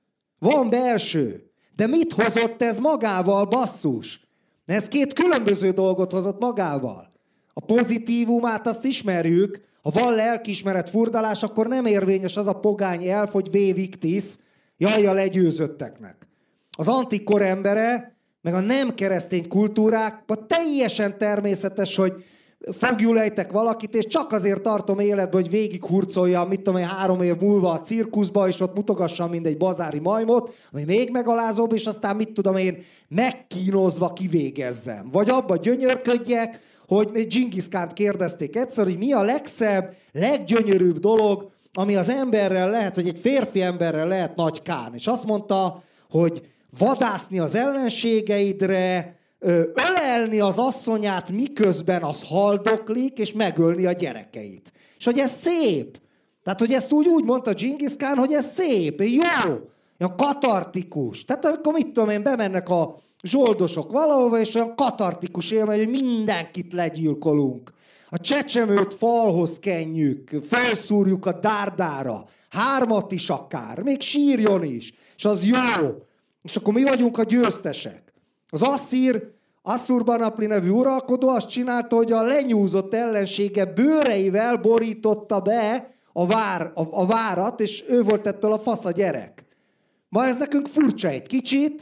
Van belső. De mit hozott ez magával, basszus? Ez két különböző dolgot hozott magával. A pozitívumát azt ismerjük. Ha van lelkiismeret furdalás, akkor nem érvényes az a pogány elf, hogy V victis, jaj a legyőzötteknek. Az antikor embere, meg a nem keresztény kultúrákban teljesen természetes, hogy fogjulejtek valakit, és csak azért tartom életben, hogy végig hurcolja, mit tudom én, három év múlva a cirkuszba, és ott mutogassam mindegy bazári majmot, ami még megalázóbb, és aztán mit tudom én, megkínozva kivégezzem. Vagy abba gyönyörködjek, hogy Dzsingisz Kánt kérdezték egyszer, hogy mi a legszebb, leggyönyörűbb dolog, ami az emberrel lehet, vagy egy férfi emberrel lehet nagy kán. És azt mondta, hogy vadászni az ellenségeidre, ölelni az asszonyát, miközben az haldoklik, és megölni a gyerekeit. És hogy ez szép. Tehát, hogy ezt úgy, úgy mondta Dzsingisz Kán, hogy ez szép, jó, olyan katartikus. Tehát akkor mit tudom én, bemennek a zsoldosok valahova, és olyan katartikus élmény, hogy mindenkit legyilkolunk. A csecsemőt falhoz kenjük, felszúrjuk a dárdára, hármat is akár, még sírjon is, és az jó. És akkor mi vagyunk a győztesek. Az asszír, Asszurbanapli nevű uralkodó azt csinálta, hogy a lenyúzott ellensége bőreivel borította be a, vár, a, a várat, és ő volt ettől a fasz a gyerek. Ma ez nekünk furcsa egy kicsit,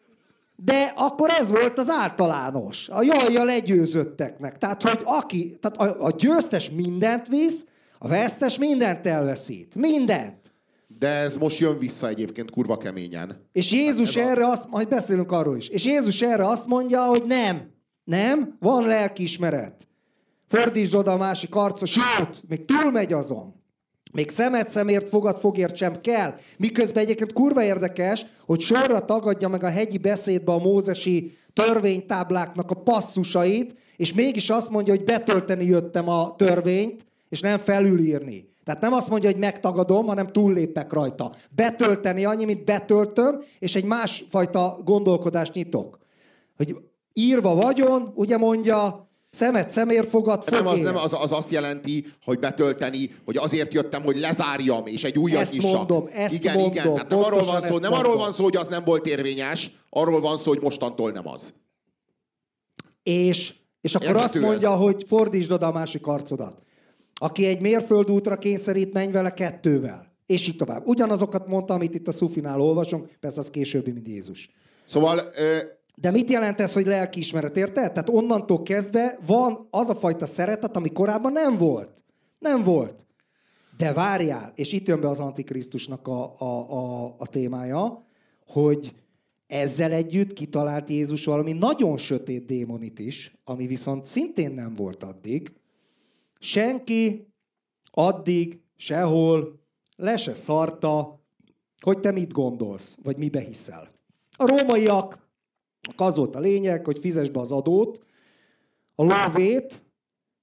de akkor ez volt az általános. A jaj a legyőzötteknek. Tehát, hogy aki, tehát a, a győztes mindent visz, a vesztes mindent elveszít. Mindent. De ez most jön vissza egyébként kurva keményen. És Jézus hát erre azt, majd beszélünk arról is, és Jézus erre azt mondja, hogy nem, nem, van lelkiismeret. Fordítsd oda a másik arcot, sőt, még túlmegy azon. Még szemet szemért, fogad fogért sem kell. Miközben egyébként kurva érdekes, hogy sorra tagadja meg a hegyi beszédbe a mózesi törvénytábláknak a passzusait, és mégis azt mondja, hogy betölteni jöttem a törvényt, és nem felülírni. Tehát nem azt mondja, hogy megtagadom, hanem túllépek rajta. Betölteni annyi, mint betöltöm, és egy másfajta gondolkodást nyitok. Hogy írva vagyon, ugye mondja, szemet szemért, fogad fogér. Nem, az, nem az, az azt jelenti, hogy betölteni, hogy azért jöttem, hogy lezárjam, és egy újat ezt nyissak. mondom, ezt igen, mondom. igen, tehát nem arról van szó, nem arról van szó, hogy az nem volt érvényes, arról van szó, hogy mostantól nem az. És, és akkor Érthető azt mondja, ez? hogy fordítsd oda a másik arcodat. Aki egy mérföldútra kényszerít, menj vele kettővel. És így tovább. Ugyanazokat mondta, amit itt a Szufinál olvasunk, persze az későbbi, mint Jézus. Szóval... Ö... De mit jelent ez, hogy lelkiismeret, érted? Tehát onnantól kezdve van az a fajta szeretet, ami korábban nem volt. Nem volt. De várjál, és itt jön be az Antikrisztusnak a, a, a, a témája, hogy ezzel együtt kitalált Jézus valami nagyon sötét démonit is, ami viszont szintén nem volt addig. Senki addig, sehol le se szarta, hogy te mit gondolsz, vagy mibe hiszel. A rómaiak, az volt a lényeg, hogy fizess be az adót, a lóvét,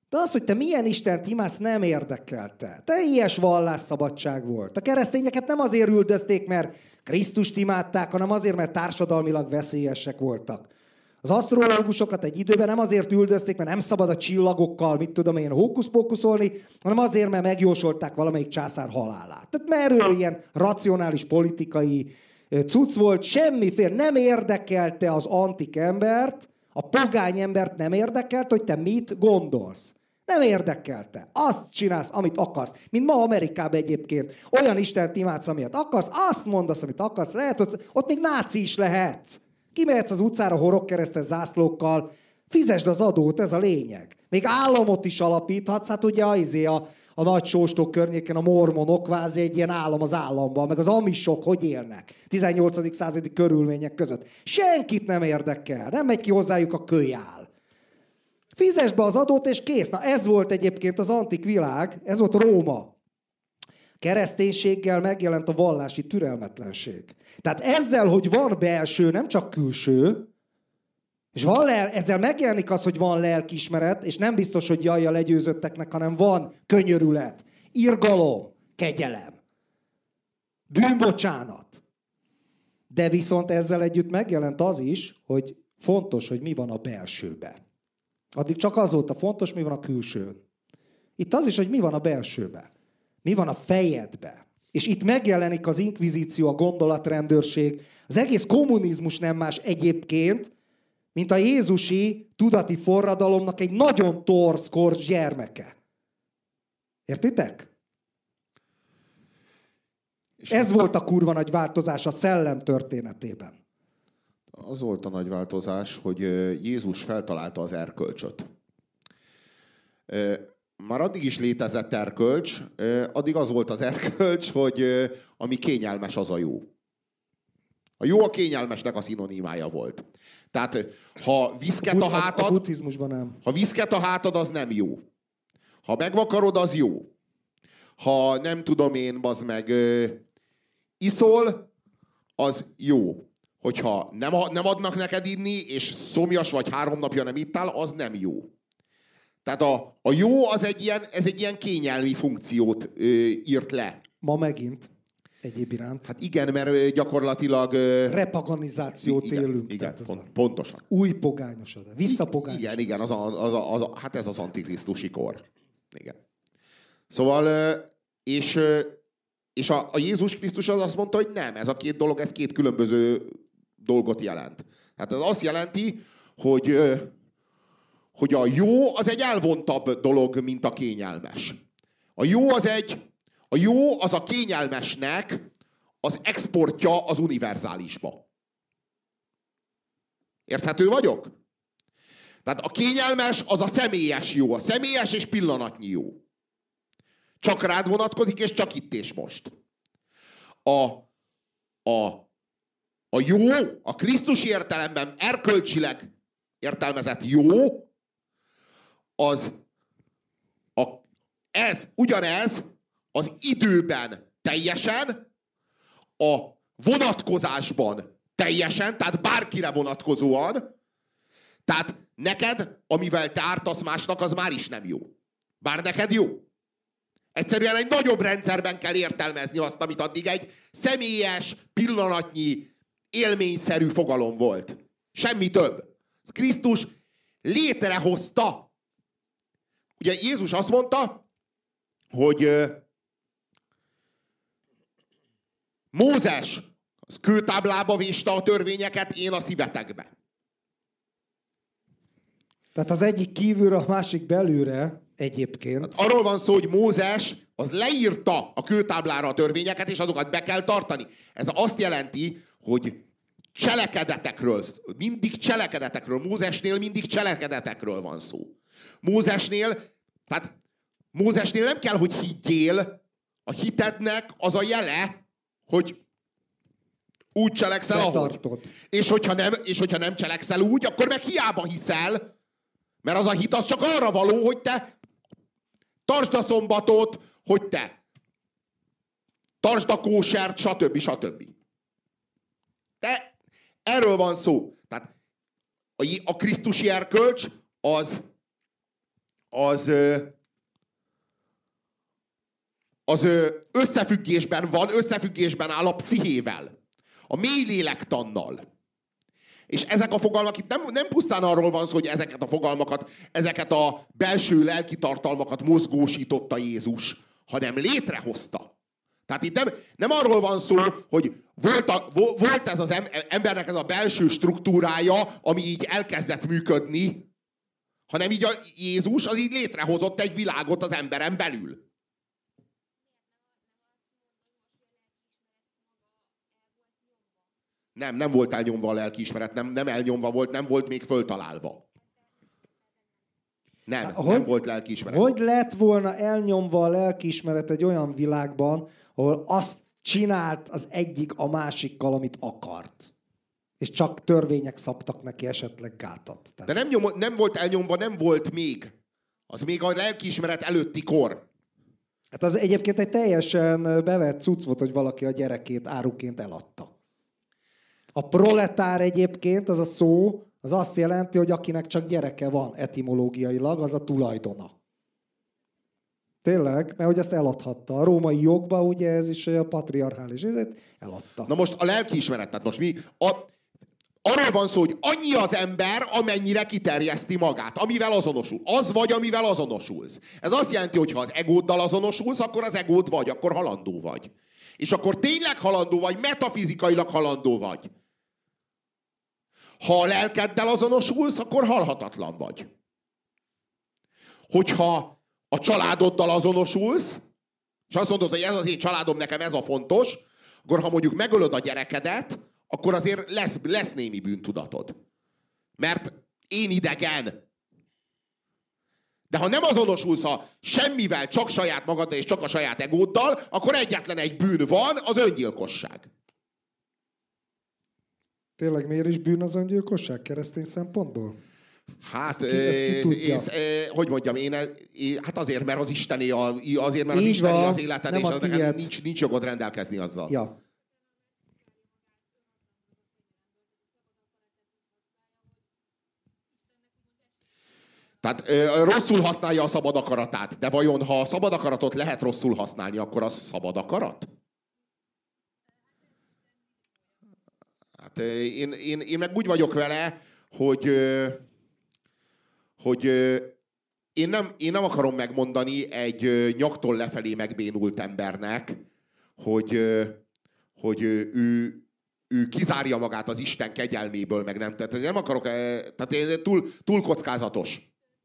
De az, hogy te milyen Istent imádsz, nem érdekelte. Te ilyes vallásszabadság volt. A keresztényeket nem azért üldözték, mert Krisztust imádták, hanem azért, mert társadalmilag veszélyesek voltak. Az asztrológusokat egy időben nem azért üldözték, mert nem szabad a csillagokkal, mit tudom én, hókuszpókuszolni, hanem azért, mert megjósolták valamelyik császár halálát. Tehát merről ilyen racionális politikai cucc volt, semmiféle, nem érdekelte az antik embert, a pogány embert nem érdekelte, hogy te mit gondolsz. Nem érdekelte. Azt csinálsz, amit akarsz. Mint ma Amerikában egyébként. Olyan Istent imádsz, amilyet akarsz, azt mondasz, amit akarsz. Lehet, hogy ott még náci is lehetsz. Kimehetsz az utcára horogkeresztes zászlókkal, fizesd az adót, ez a lényeg. Még államot is alapíthatsz, hát ugye a, a, a nagy sóstók környéken a mormonok, kvázi egy ilyen állam az államban, meg az amisok hogy élnek tizennyolcadik századi körülmények között. Senkit nem érdekel, nem megy ki hozzájuk a kölyál. Fizesd be az adót, és kész. Na ez volt egyébként az antik világ, ez volt Róma. Kereszténységgel megjelent a vallási türelmetlenség. Tehát ezzel, hogy van belső, nem csak külső, és van lel, ezzel megjelenik az, hogy van lelkiismeret, és nem biztos, hogy jaj a legyőzötteknek, hanem van könyörület, irgalom, kegyelem, bűnbocsánat. De viszont ezzel együtt megjelent az is, hogy fontos, hogy mi van a belsőben. Addig csak az volt a fontos, mi van a külsőn. Itt az is, hogy mi van a belsőben. Mi van a fejedben. És itt megjelenik az inkvizíció, a gondolatrendőrség. Az egész kommunizmus nem más egyébként, mint a jézusi tudati forradalomnak egy nagyon torz korsz gyermeke. Értitek? És ez volt a kurva nagy változás a szellem történetében. Az volt a nagy változás, hogy Jézus feltalálta az erkölcsöt. Már addig is létezett erkölcs, addig az volt az erkölcs, hogy ami kényelmes, az a jó. A jó a kényelmesnek a szinonimája volt. Tehát ha viszket a hátad, a buddhizmusban nem. Ha viszket a hátad, az nem jó. Ha megvakarod, az jó. Ha nem tudom én, bazd meg, iszol, az jó. Hogyha nem, nem adnak neked inni, és szomjas vagy három napja nem ittál, az nem jó. Tehát a, a jó az egy ilyen, ez egy ilyen kényelmi funkciót ö, írt le. Ma megint egyéb iránt. Hát igen, mert gyakorlatilag... Ö, repaganizációt igen, élünk. Igen, pont, a, pontosan. Új pogányosodás, visszapogányosodás. Igen, igen, az a, az a, az a, hát ez az antikrisztusi kor. Igen. Szóval, és, és a, a Jézus Krisztus az azt mondta, hogy nem, ez a két dolog, ez két különböző dolgot jelent. Hát ez azt jelenti, hogy, hogy a jó az egy elvontabb dolog, mint a kényelmes. A jó az egy, a jó az a kényelmesnek az exportja az univerzálisba. Érthető vagyok? Tehát a kényelmes az a személyes jó, a személyes és pillanatnyi jó. Csak rád vonatkozik, és csak itt és most. A, a, a jó, a Krisztusi értelemben erkölcsileg értelmezett jó, az a, ez, ugyanez az időben teljesen, a vonatkozásban teljesen, tehát bárkire vonatkozóan, tehát neked, amivel te ártasz másnak, az már is nem jó. Bár neked jó. Egyszerűen egy nagyobb rendszerben kell értelmezni azt, amit addig egy személyes, pillanatnyi, élményszerű fogalom volt. Semmi több. Krisztus létrehozta. Ugye Jézus azt mondta, hogy Mózes az kőtáblába véste a törvényeket, én a szívetekbe. Tehát az egyik kívülre, a másik belülre egyébként. Hát arról van szó, hogy Mózes az leírta a kőtáblára a törvényeket, és azokat be kell tartani. Ez azt jelenti, hogy cselekedetekről, mindig cselekedetekről, Mózesnél mindig cselekedetekről van szó. Mózesnél, tehát Mózesnél nem kell, hogy higgyél, a hitednek az a jele, hogy úgy cselekszel, ahogy. És hogyha, nem, és hogyha nem cselekszel úgy, akkor meg hiába hiszel, mert az a hit az csak arra való, hogy te tartsd a szombatot, hogy te tartsd a kósert, stb. stb. De erről van szó. Tehát a, a krisztusi erkölcs az, az, az összefüggésben van, összefüggésben áll a pszichével, a mély lélektannal. És ezek a fogalmak, itt nem, nem pusztán arról van szó, hogy ezeket a fogalmakat, ezeket a belső lelkitartalmakat mozgósította Jézus, hanem létrehozta. Tehát itt nem, nem arról van szó, hogy volt, a, volt ez az embernek ez a belső struktúrája, ami így elkezdett működni, hanem így a Jézus az így létrehozott egy világot az emberen belül. Nem, nem volt elnyomva a lelkiismeret, nem, nem elnyomva volt, nem volt még föltalálva. Nem, hogy, nem volt lelkiismeret. Hogy lett volna elnyomva a lelkiismeret egy olyan világban, ahol azt csinált az egyik a másikkal, amit akart. És csak törvények szabtak neki esetleg gátat. Tehát... De nem, nyom, nem volt elnyomva, nem volt még. Az még a lelkiismeret előtti kor. Hát az egyébként egy teljesen bevett cucc volt, hogy valaki a gyerekét áruként eladta. A proletár egyébként, az a szó, az azt jelenti, hogy akinek csak gyereke van etimológiailag, az a tulajdona. Tényleg, mert hogy ezt eladhatta. A római jogban ugye ez is a patriarchális, ezért eladta. Na most a lelkiismeret, tehát most mi... A, arról van szó, hogy annyi az ember, amennyire kiterjeszti magát, amivel azonosul. Az vagy, amivel azonosulsz. Ez azt jelenti, hogy ha az egóddal azonosulsz, akkor az egód vagy, akkor halandó vagy. És akkor tényleg halandó vagy, metafizikailag halandó vagy. Ha a lelkeddel azonosulsz, akkor halhatatlan vagy. Hogyha a családoddal azonosulsz, és azt mondod, hogy ez az én családom, nekem ez a fontos, akkor ha mondjuk megölöd a gyerekedet, akkor azért lesz, lesz némi bűntudatod. Mert én idegen. De ha nem azonosulsz a semmivel, csak saját magaddal és csak a saját egóddal, akkor egyetlen egy bűn van, az öngyilkosság. Tényleg miért is bűn az öngyilkosság keresztény szempontból? Hát, ezt ki, ezt ki és, hogy mondjam, én, én, hát azért, mert az Istené, a, azért, mert az Istené az életed, és az neked nincs, nincs jogod rendelkezni azzal. Ja. Tehát ö, rosszul használja a szabad akaratát, de vajon, ha a szabad akaratot lehet rosszul használni, akkor az szabad akarat? Hát én, én, én meg úgy vagyok vele, hogy, hogy én, nem, én nem akarom megmondani egy nyaktól lefelé megbénult embernek, hogy, hogy ő, ő kizárja magát az Isten kegyelméből, meg nem. Tehát nem akarok, tehát én túl, túl kockázatos.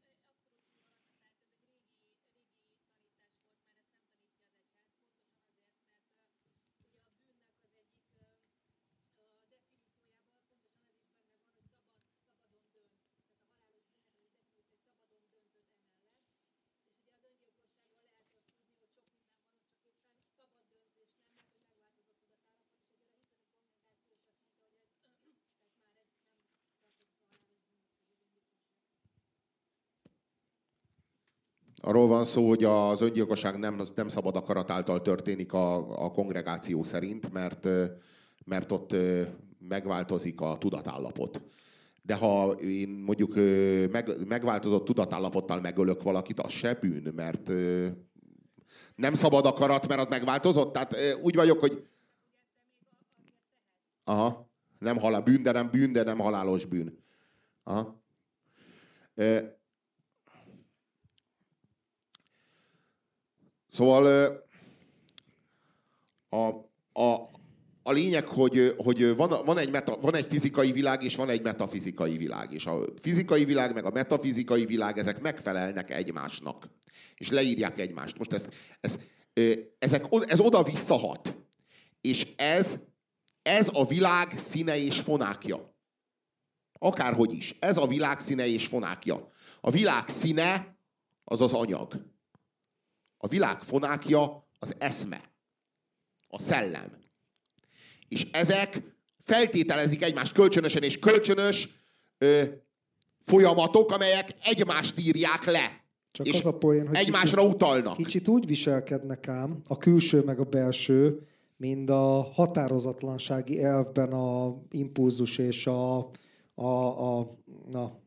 Arról van szó, hogy az öngyilkosság nem, nem szabad akarat által történik a, a kongregáció szerint, mert, mert ott megváltozik a tudatállapot. De ha én mondjuk meg, megváltozott tudatállapottal megölök valakit, az se bűn, mert nem szabad akarat, mert az megváltozott. Tehát úgy vagyok, hogy aha, nem halál, bűn, de nem bűn, de nem halálos bűn. Aha. Szóval a, a, a lényeg, hogy, hogy van, van, egy meta, van egy fizikai világ, és van egy metafizikai világ. És a fizikai világ, meg a metafizikai világ, ezek megfelelnek egymásnak. És leírják egymást. Most ez, ez, ezek, ez oda-vissza hat. És ez, ez a világ színe és fonákja. Akárhogy is. Ez a világ színe és fonákja. A világ színe az az anyag. A világ fonákja az eszme, a szellem. És ezek feltételezik egymást kölcsönösen, és kölcsönös ö, folyamatok, amelyek egymást írják le. Csak és az a poén, hogy egymásra kicsit, utalnak. Kicsit úgy viselkednek ám, a külső meg a belső, mint a határozatlansági elvben a impulzus és a, a, a, a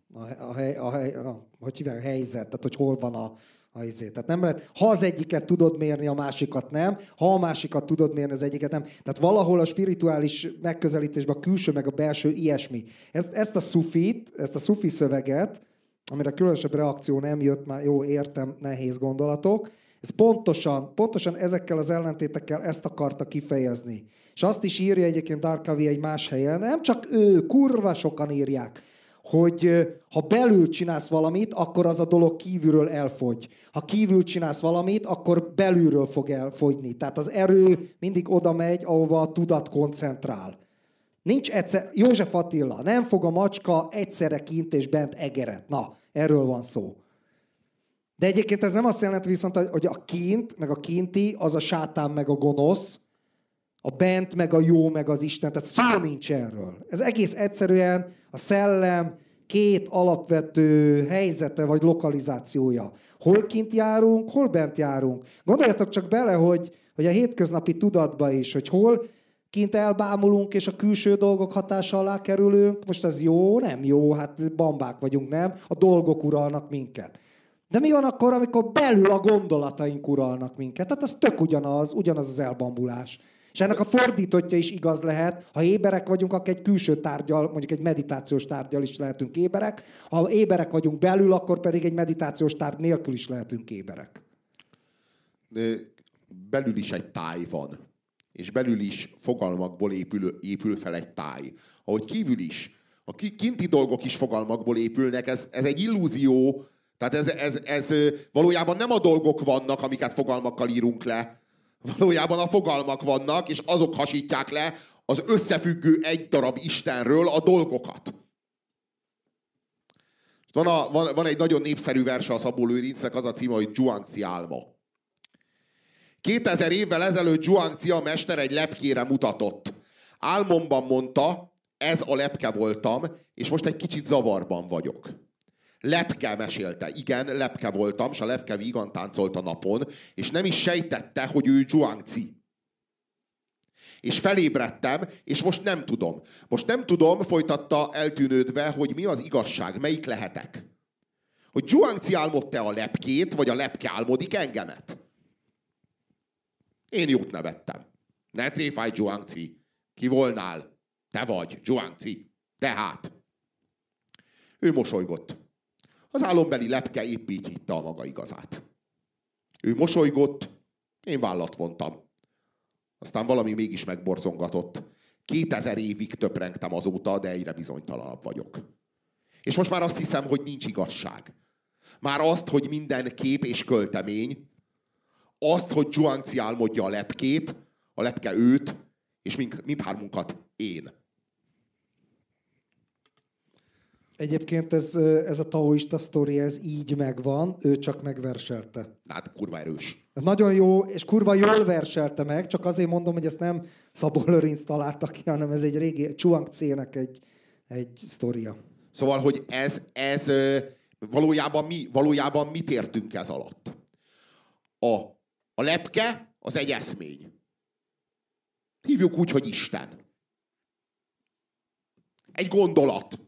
a, a, hely, a, hely, a, hogy hívják, a helyzet, tehát hogy hol van a, a helyzet. Tehát nem lehet, ha az egyiket tudod mérni, a másikat nem, ha a másikat tudod mérni, az egyiket nem. Tehát valahol a spirituális megközelítésben a külső meg a belső ilyesmi. Ezt, ezt a szufit, ezt a szufi szöveget, amire különösebb reakció nem jött, már jó, értem, nehéz gondolatok, ez pontosan, pontosan ezekkel az ellentétekkel ezt akarta kifejezni. És azt is írja egyébként Darkavi egy más helyen, nem csak ő, kurva sokan írják, hogy ha belül csinálsz valamit, akkor az a dolog kívülről elfogy. Ha kívül csinálsz valamit, akkor belülről fog elfogyni. Tehát az erő mindig oda megy, ahova a tudat koncentrál. Nincs egyszer, József Attila, nem fog a macska egyszerre kint és bent egeret. Na, erről van szó. De egyébként ez nem azt jelenti viszont, hogy a kint, meg a kinti, az a sátán, meg a gonosz, a bent, meg a jó, meg az Isten. Tehát szó nincs erről. Ez egész egyszerűen a szellem két alapvető helyzete, vagy lokalizációja. Hol kint járunk, hol bent járunk. Gondoljatok csak bele, hogy, hogy a hétköznapi tudatba is, hogy hol kint elbámulunk, és a külső dolgok hatása alá kerülünk. Most ez jó, nem jó, hát bambák vagyunk, nem? A dolgok uralnak minket. De mi van akkor, amikor belül a gondolataink uralnak minket? Tehát az tök ugyanaz, ugyanaz az elbambulás. És ennek a fordítottja is igaz lehet, ha éberek vagyunk, akkor egy külső tárgyal, mondjuk egy meditációs tárgyal is lehetünk éberek. Ha éberek vagyunk belül, akkor pedig egy meditációs tárgy nélkül is lehetünk éberek. De belül is egy táj van. És belül is fogalmakból épül, épül fel egy táj. Ahogy kívül is. A kinti dolgok is fogalmakból épülnek. Ez, ez egy illúzió. Tehát ez, ez, ez valójában nem a dolgok vannak, amiket fogalmakkal írunk le. Valójában a fogalmak vannak, és azok hasítják le az összefüggő egy darab Istenről a dolgokat. Van, a, van, van egy nagyon népszerű verse a Szabó Lőrincnek, az a címe, hogy Zhuangzi álma. kétezer évvel ezelőtt Zhuangzi a mester egy lepkére mutatott. Álmomban mondta, ez a lepke voltam, és most egy kicsit zavarban vagyok. Lepke mesélte. Igen, lepke voltam, és a lepke vígan táncolt a napon, és nem is sejtette, hogy ő Zhuangzi. És felébredtem, és most nem tudom. Most nem tudom, folytatta eltűnődve, hogy mi az igazság, melyik lehetek. Hogy Zhuangzi álmodta a lepkét, vagy a lepke álmodik engemet. Én jót nevettem. Ne tréfálj, Zhuangzi. Ki volnál? Te vagy, Zhuangzi. Tehát. Ő mosolygott. Az álombeli lepke épp így hitte a maga igazát. Ő mosolygott, én vállat vontam. Aztán valami mégis megborzongatott. Kétezer évig töprengtem azóta, de egyre bizonytalanabb vagyok. És most már azt hiszem, hogy nincs igazság. Már azt, hogy minden kép és költemény, azt, hogy Zhuangzi álmodja a lepkét, a lepke őt, és mind, mindhármunkat én. Egyébként ez, ez a taoista sztori, ez így megvan, ő csak megverselte. Hát kurva erős. Ez nagyon jó, és kurva jól verselte meg, csak azért mondom, hogy ezt nem Szabó Lőrinc találta ki, hanem ez egy régi Zhuangzi-nek egy, egy sztoria. Szóval, hogy ez, ez valójában, mi, valójában mit értünk ez alatt? A, a lepke az egy eszmény. Hívjuk úgy, hogy Isten. Egy gondolat.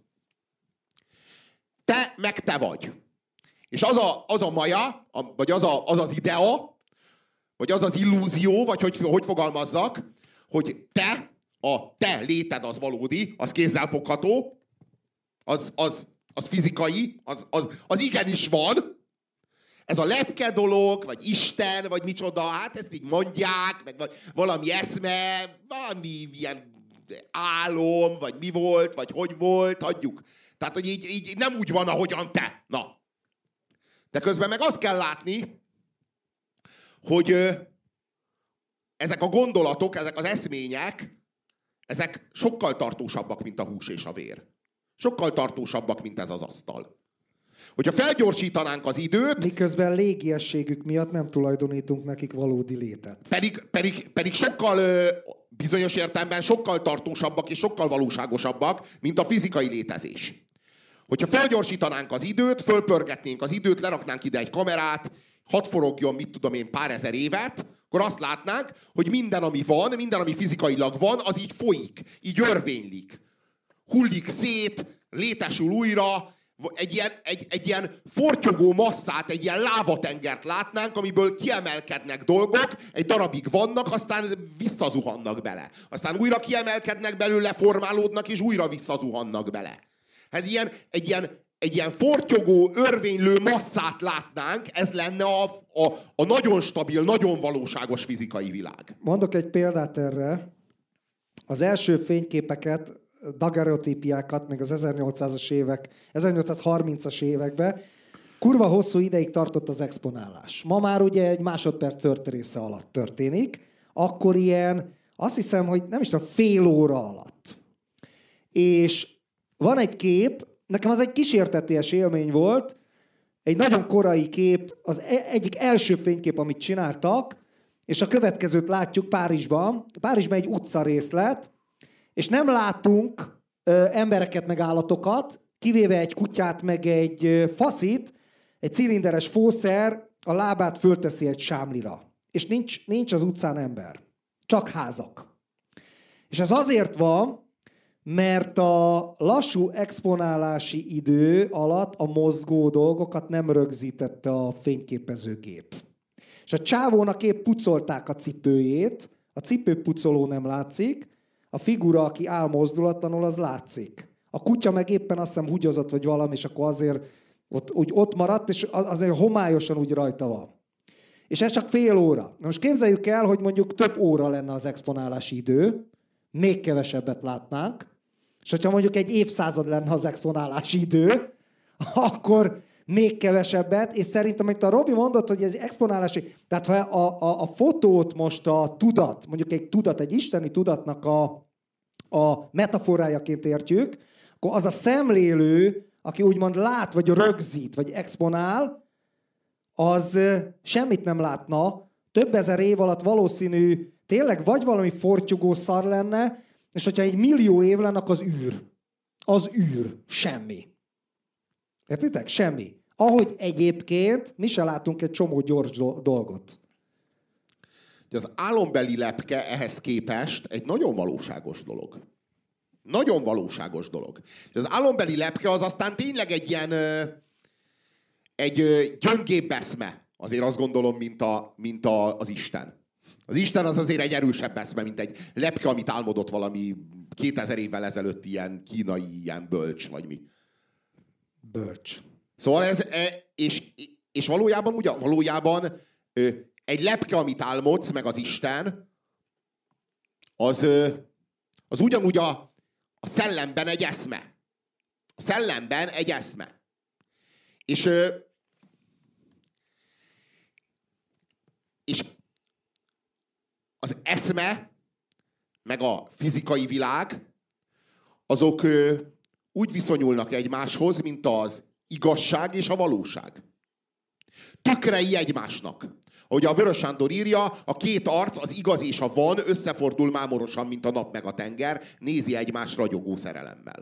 Te meg te vagy. És az a, az a maja, a, vagy az, a, az az idea, vagy az az illúzió, vagy hogy, hogy fogalmazzak, hogy te, a te léted az valódi, az kézzelfogható, az, az, az fizikai, az, az, az igenis van. Ez a lepke dolog, vagy Isten, vagy micsoda, hát ezt így mondják, meg valami eszme, valami ilyen álom, vagy mi volt, vagy hogy volt, hagyjuk. Tehát, hogy így, így nem úgy van, ahogyan te. Na. De közben meg azt kell látni, hogy ö, ezek a gondolatok, ezek az eszmények, ezek sokkal tartósabbak, mint a hús és a vér. Sokkal tartósabbak, mint ez az asztal. Hogyha felgyorsítanánk az időt... Miközben légiességük miatt nem tulajdonítunk nekik valódi létet. Pedig, pedig, pedig sokkal, ö, bizonyos értelemben sokkal tartósabbak és sokkal valóságosabbak, mint a fizikai létezés. Hogyha felgyorsítanánk az időt, fölpörgetnénk az időt, leraknánk ide egy kamerát, hadd forogjon, mit tudom én, pár ezer évet, akkor azt látnánk, hogy minden, ami van, minden, ami fizikailag van, az így folyik, így örvénylik. Hullik szét, létesül újra, egy ilyen, egy, egy ilyen fortyogó masszát, egy ilyen lávatengert látnánk, amiből kiemelkednek dolgok, egy darabig vannak, aztán visszazuhannak bele. Aztán újra kiemelkednek belőle, formálódnak, és újra visszazuhannak bele. Hát ilyen, egy, ilyen, egy ilyen fortyogó, örvénylő masszát látnánk, ez lenne a, a, a nagyon stabil, nagyon valóságos fizikai világ. Mondok egy példát erre. Az első fényképeket, daguerreotípiákat még az ezernyolcszázas évek, ezernyolcszázharmincas években kurva hosszú ideig tartott az exponálás. Ma már ugye egy másodperc történésze alatt történik, akkor ilyen, azt hiszem, hogy nem is tudom, fél óra alatt. És van egy kép, nekem az egy kísérteties élmény volt, egy nagyon korai kép, az egyik első fénykép, amit csináltak, és a következőt látjuk Párizsban. Párizsban egy utcarészlet, és nem látunk ö, embereket meg állatokat, kivéve egy kutyát meg egy ö, faszit, egy cilinderes fószer a lábát fölteszi egy sámlira. És nincs, nincs az utcán ember. Csak házak. És ez azért van, mert a lassú exponálási idő alatt a mozgó dolgokat nem rögzítette a fényképezőgép. És a csávónak épp pucolták a cipőjét, a cipőpucoló nem látszik, a figura, aki áll mozdulatlanul, az látszik. A kutya meg éppen azt hiszem húgyozott, vagy valami, és akkor azért ott, úgy ott maradt, és azért homályosan úgy rajta van. És ez csak fél óra. Na most képzeljük el, hogy mondjuk több óra lenne az exponálási idő, még kevesebbet látnánk, és hogyha mondjuk egy évszázad lenne az exponálási idő, akkor még kevesebbet, és szerintem, amit a Robi mondott, hogy ez exponálási, tehát ha a, a, a fotót most a tudat, mondjuk egy tudat, egy isteni tudatnak a, a metaforájaként értjük, akkor az a szemlélő, aki úgymond lát, vagy rögzít, vagy exponál, az semmit nem látna, több ezer év alatt valószínű, tényleg vagy valami fortyogó szar lenne, és hogyha egy millió év lenne, akkor az űr. Az űr. Semmi. Értitek? Semmi. Ahogy egyébként mi se látunk egy csomó gyors dolgot. Az álombeli lepke ehhez képest egy nagyon valóságos dolog. Nagyon valóságos dolog. Az álombeli lepke az aztán tényleg egy ilyen egy gyöngébb eszme. Azért azt gondolom, mint, a, mint a, az Isten. Az Isten az azért egy erősebb eszme, mint egy lepke, amit álmodott valami kétezer évvel ezelőtt ilyen kínai, ilyen bölcs, vagy mi. Bölcs. Szóval ez, és, és valójában, ugye, valójában egy lepke, amit álmodsz, meg az Isten, az, az ugyanúgy a, a szellemben egy eszme. A szellemben egy eszme. És, és az eszme, meg a fizikai világ, azok úgy viszonyulnak egymáshoz, mint az igazság és a valóság. Tükrei egymásnak. Ahogy a Vörös Sándor írja, a két arc, az igaz és a van összefordul mámorosan, mint a nap meg a tenger, nézi egymást ragyogó szerelemmel.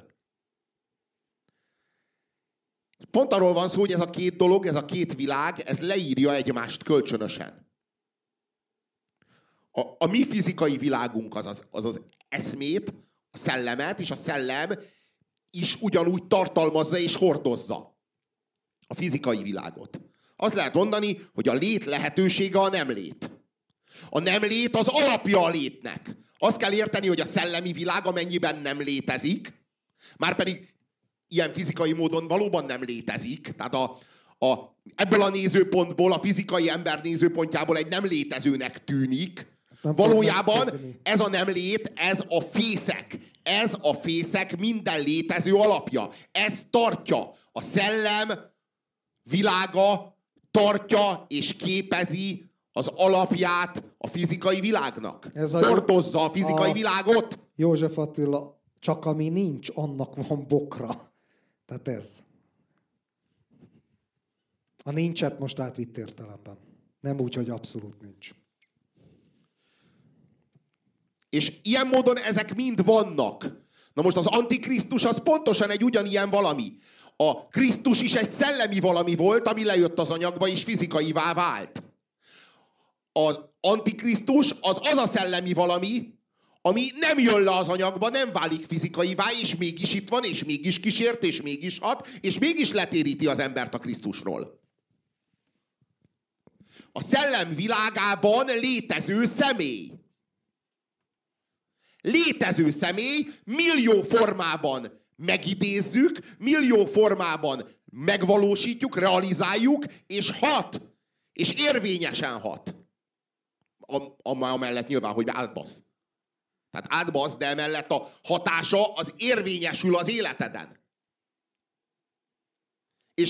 Pont arról van szó, hogy ez a két dolog, ez a két világ, ez leírja egymást kölcsönösen. A, a mi fizikai világunk az az, az az eszmét, a szellemet, és a szellem is ugyanúgy tartalmazza és hordozza a fizikai világot. Azt lehet mondani, hogy a lét lehetősége a nem lét. A nem lét az alapja a létnek. Azt kell érteni, hogy a szellemi világ amennyiben nem létezik, márpedig ilyen fizikai módon valóban nem létezik, tehát a, a, ebből a nézőpontból, a fizikai ember nézőpontjából egy nem létezőnek tűnik. Valójában ez a nem lét, ez a fészek. Ez a fészek minden létező alapja. Ez tartja. A szellem világa tartja és képezi az alapját a fizikai világnak. Ez a hordozza a fizikai a világot. József Attila, csak ami nincs, annak van bokra. Tehát ez. A nincset most átvitt értelemben. Nem úgy, hogy abszolút nincs. És ilyen módon ezek mind vannak. Na most az Antikrisztus az pontosan egy ugyanilyen valami. A Krisztus is egy szellemi valami volt, ami lejött az anyagba és fizikaivá vált. Az Antikrisztus az az a szellemi valami, ami nem jön le az anyagba, nem válik fizikaivá, és mégis itt van, és mégis kísért, és mégis hat, és mégis letéríti az embert a Krisztusról. A szellem világában létező személy. Létező személy, millió formában megidézzük, millió formában megvalósítjuk, realizáljuk, és hat, és érvényesen hat. Amellett nyilván, hogy átbasz. Tehát átbasz, de emellett a hatása az érvényesül az életeden. És,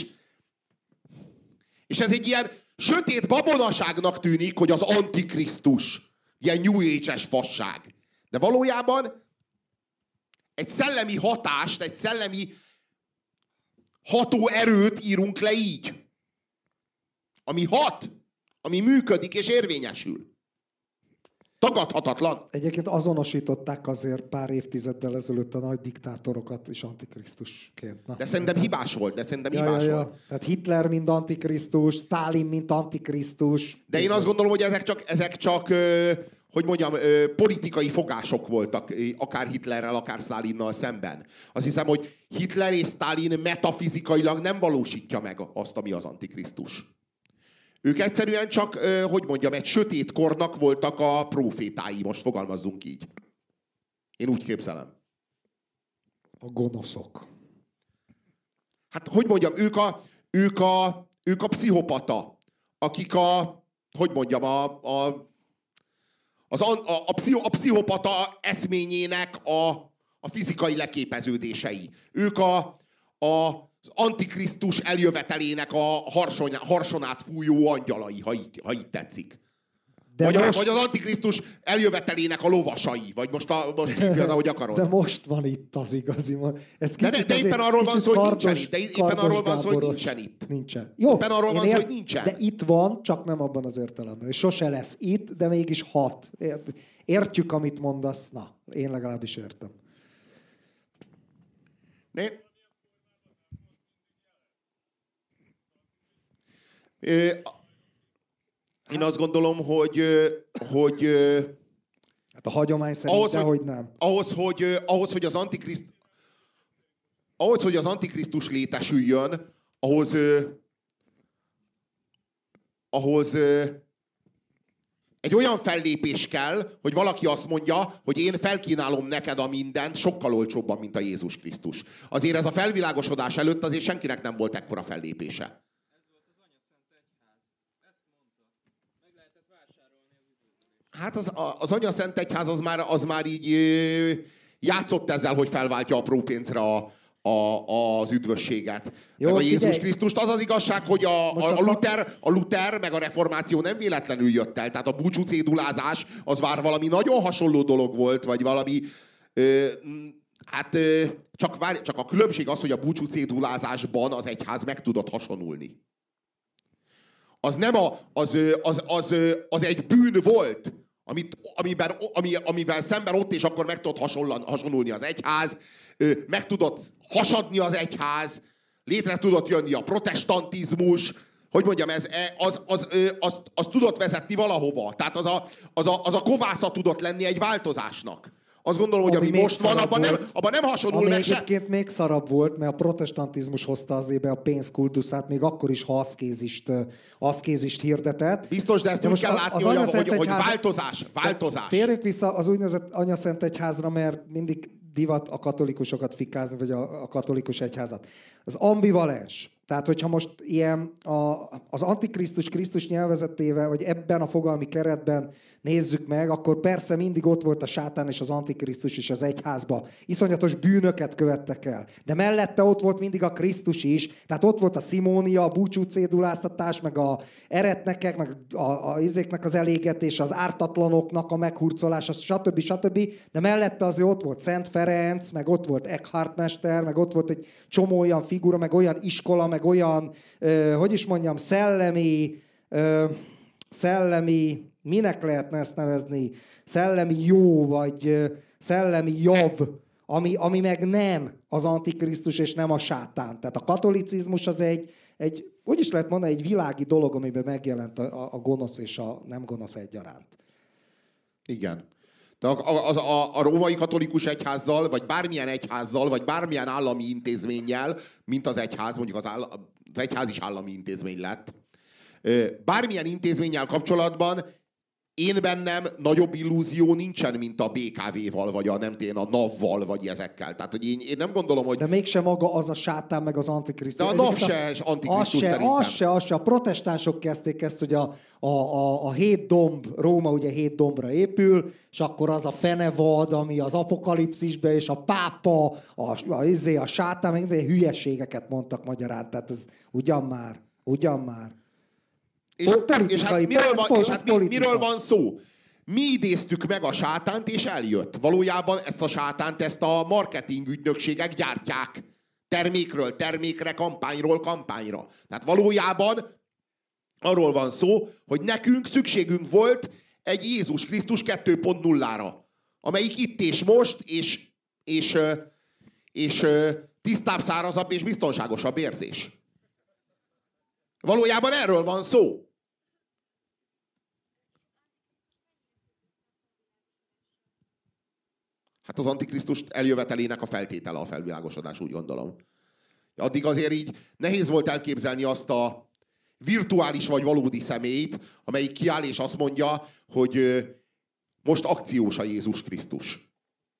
és ez egy ilyen sötét babonaságnak tűnik, hogy az Antikrisztus. Ilyen New Age-es fasság. De valójában egy szellemi hatást, egy szellemi ható erőt írunk le így. Ami hat, ami működik és érvényesül. Tagadhatatlan. Egyébként azonosították azért pár évtizeddel ezelőtt a nagy diktátorokat is antikrisztusként. Na, de szerintem tehát... hibás volt, de szerintem ja, hibás ja, ja. volt. Tehát Hitler mint antikrisztus, Sztálin mint antikrisztus. De én azt gondolom, hogy ezek csak, ezek csak hogy mondjam, politikai fogások voltak, akár Hitlerrel, akár Sztálinnal szemben. Azt hiszem, hogy Hitler és Sztálin metafizikailag nem valósítja meg azt, ami az antikrisztus. Ők egyszerűen csak, hogy mondjam, egy sötét kornak voltak a prófétái, most fogalmazzunk így. Én úgy képzelem. A gonoszok. Hát, hogy mondjam, ők a, ők a, ők a pszichopata, akik a, hogy mondjam, a, a, az, a, a, a, pszicho, a pszichopata eszményének a, a fizikai leképeződései. Ők a, a az antikrisztus eljövetelének a harson, harsonát fújó angyalai, ha így, ha így tetszik. Vagy, most... vagy az antikrisztus eljövetelének a lovasai, vagy most, a, most például, ahogy akarod. De most van itt az igazi. Ez de, de, de éppen arról van szó, hogy nincsen itt. De éppen arról van szó, hogy nincsen itt. Nincsen. Jó, éppen arról van szó, hogy nincsen. De itt van, csak nem abban az értelemben. És sose lesz itt, de mégis hat. Értjük, amit mondasz. Na, én legalábbis értem. Né? Én azt gondolom, hogy, hogy hát a hagyomány szerint ahhoz, hogy, nem. Ahhoz, hogy, ahhoz, hogy az antikriszt, ahhoz, hogy az antikrisztus létesüljön, ahhoz, ahhoz egy olyan fellépés kell, hogy valaki azt mondja, hogy én felkínálom neked a mindent sokkal olcsóbban, mint a Jézus Krisztus. Azért ez a felvilágosodás előtt azért senkinek nem volt ekkora fellépése. Hát az, az Anya Szent Egyház az már, az már így játszott ezzel, hogy felváltja a própénzre a, a, az üdvösséget. Jó, meg a Jézus figyelj. Krisztust. Az az igazság, hogy a, a, a, Luther, a Luther meg a reformáció nem véletlenül jött el. Tehát a búcsú cédulázás az már valami nagyon hasonló dolog volt, vagy valami... Ö, hát ö, csak, várj, csak a különbség az, hogy a búcsú cédulázásban az egyház meg tudott hasonulni. Az nem a... Az, az, az, az egy bűn volt, Amit, amiben, ami, amivel szemben ott és akkor meg tudott hasonlulni az egyház, meg tudott hasadni az egyház, létre tudott jönni a protestantizmus, hogy mondjam, ez, az, az, az, az, az tudott vezetni valahova. Tehát az a, az, a, az a kovásza tudott lenni egy változásnak. Azt gondolom, hogy ami, ami most van, abban nem, abban nem hasonlul ami meg se. Egyébként még szarabb volt, mert a protestantizmus hozta azért be a pénzkultuszát, még akkor is, ha aszkézist, aszkézist hirdetett. Biztos, de ezt de úgy kell látni, hogy, hogy, hogy változás, változás. Térjünk vissza az úgynevezett Anya Szent Egyházra, mert mindig divat a katolikusokat fikázni, vagy a, a katolikus egyházat. Az ambivalens. Tehát, hogyha most ilyen a, az antikrisztus Krisztus nyelvezetével, vagy ebben a fogalmi keretben nézzük meg, akkor persze mindig ott volt a sátán és az antikrisztus is az egyházban. Iszonyatos bűnöket követtek el. De mellette ott volt mindig a Krisztus is. Tehát ott volt a szimónia, a búcsú céduláztatás, meg a eretnekek, meg a, a izéknek az elégetés, az ártatlanoknak a meghurcolása, stb. stb. De mellette azért ott volt Szent Ferenc, meg ott volt Eckhart mester, meg ott volt egy csomó olyan figura, meg olyan iskola, meg olyan, ö, hogy is mondjam, szellemi, ö, szellemi, minek lehetne ezt nevezni, szellemi jó, vagy ö, szellemi jav, ami, ami meg nem az antikrisztus, és nem a sátán. Tehát a katolicizmus az egy, egy, úgy is lehet mondani, egy világi dolog, amiben megjelent a, a gonosz és a nem gonosz egyaránt. Igen. De a, a, a, a római katolikus egyházzal, vagy bármilyen egyházzal, vagy bármilyen állami intézménnyel, mint az egyház, mondjuk az, áll, az egyház is állami intézmény lett, bármilyen intézménnyel kapcsolatban én bennem nagyobb illúzió nincsen, mint a bé ká vé-val, vagy a nem tudom, a NAV-val, vagy ezekkel. Tehát, hogy én, én nem gondolom, hogy... De mégsem maga az a sátán, meg az antikrisztus. De a NAV se antikrisztus szerintem. Az se, az se. A protestánsok kezdték ezt, hogy a, a, a, a hét domb, Róma ugye hét dombra épül, és akkor az a fenevad, ami az apokalipszisben, és a pápa, a, a, a, a sátán, meg hülyeségeket mondtak magyarán. Tehát ez ugyan már, ugyan már. És, és hát, miről van, és hát mi, miről van szó? Mi idéztük meg a sátánt, és eljött. Valójában ezt a sátánt, ezt a marketing ügynökségek gyártják. Termékről termékre, kampányról kampányra. Tehát valójában arról van szó, hogy nekünk szükségünk volt egy Jézus Krisztus kettő pont nullára, amelyik itt és most, és, és, és, és tisztább, szárazabb és biztonságosabb érzés. Valójában erről van szó. Hát az Antikrisztus eljövetelének a feltétele a felvilágosodás, úgy gondolom. Addig azért így nehéz volt elképzelni azt a virtuális vagy valódi személyt, amelyik kiáll és azt mondja, hogy most akciós a Jézus Krisztus.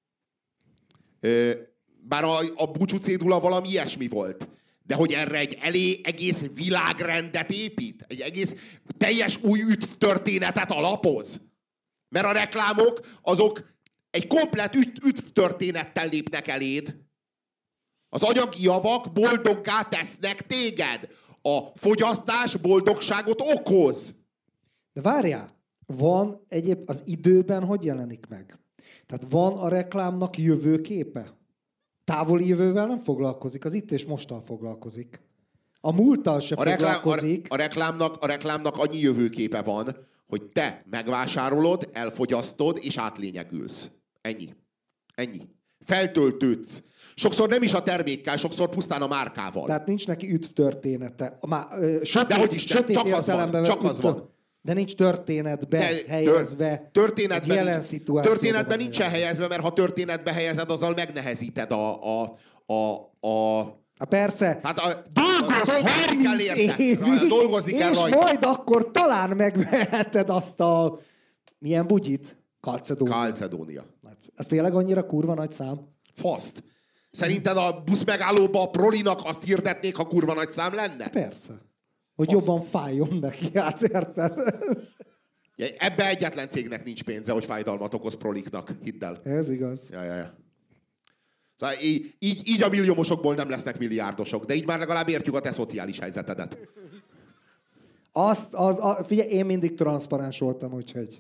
Bár a, a búcsú cédula valami ilyesmi volt. De hogy erre egy elé egész világrendet épít? Egy egész teljes új üdv történetet alapoz? Mert a reklámok azok egy komplett üdv történettel lépnek eléd. Az anyagi javak boldoggá tesznek téged. A fogyasztás boldogságot okoz. De várjál, van egyéb az időben hogy jelenik meg? Tehát van a reklámnak jövőképe? Távoli jövővel nem foglalkozik, az itt és mostal foglalkozik. A múlttal se a reklám, foglalkozik. A, a, reklámnak, a reklámnak annyi jövőképe van, hogy te megvásárolod, elfogyasztod és átlényegülsz. Ennyi. Ennyi. Feltöltődsz. Sokszor nem is a termékkel, sokszor pusztán a márkával. Tehát nincs neki üdv története. Már, ö, sötét, de hogy is, sötét csak az van. Csak az van. De nincs történetbe de, helyezve. Történetben, jelen nincs, történetben nincsen helyezve, mert ha történetbe helyezed, azzal megnehezíted a... a, a, a a persze. Hát a, dolgoz a, dolgozni kell érte. Évig, dolgozni kell és rajta. majd akkor talán megveheted azt a... Milyen bugyit? Kalcedónia. Kalcedónia. Ez tényleg annyira kurva nagy szám? Faszt. Szerinted a buszmegállóba a prolinak azt hirdetnék, ha kurva nagy szám lenne? Persze. Hogy Faszt. Jobban fájjon neki, hát érted? Ebbe egyetlen cégnek nincs pénze, hogy fájdalmat okoz proliknak. Hidd el. Ez igaz. Ja, ja, ja. Szóval így, így, így a milliómosokból nem lesznek milliárdosok, de így már legalább értjük a te szociális helyzetedet. Azt, az, a, figyelj, én mindig transzparens voltam, úgyhogy...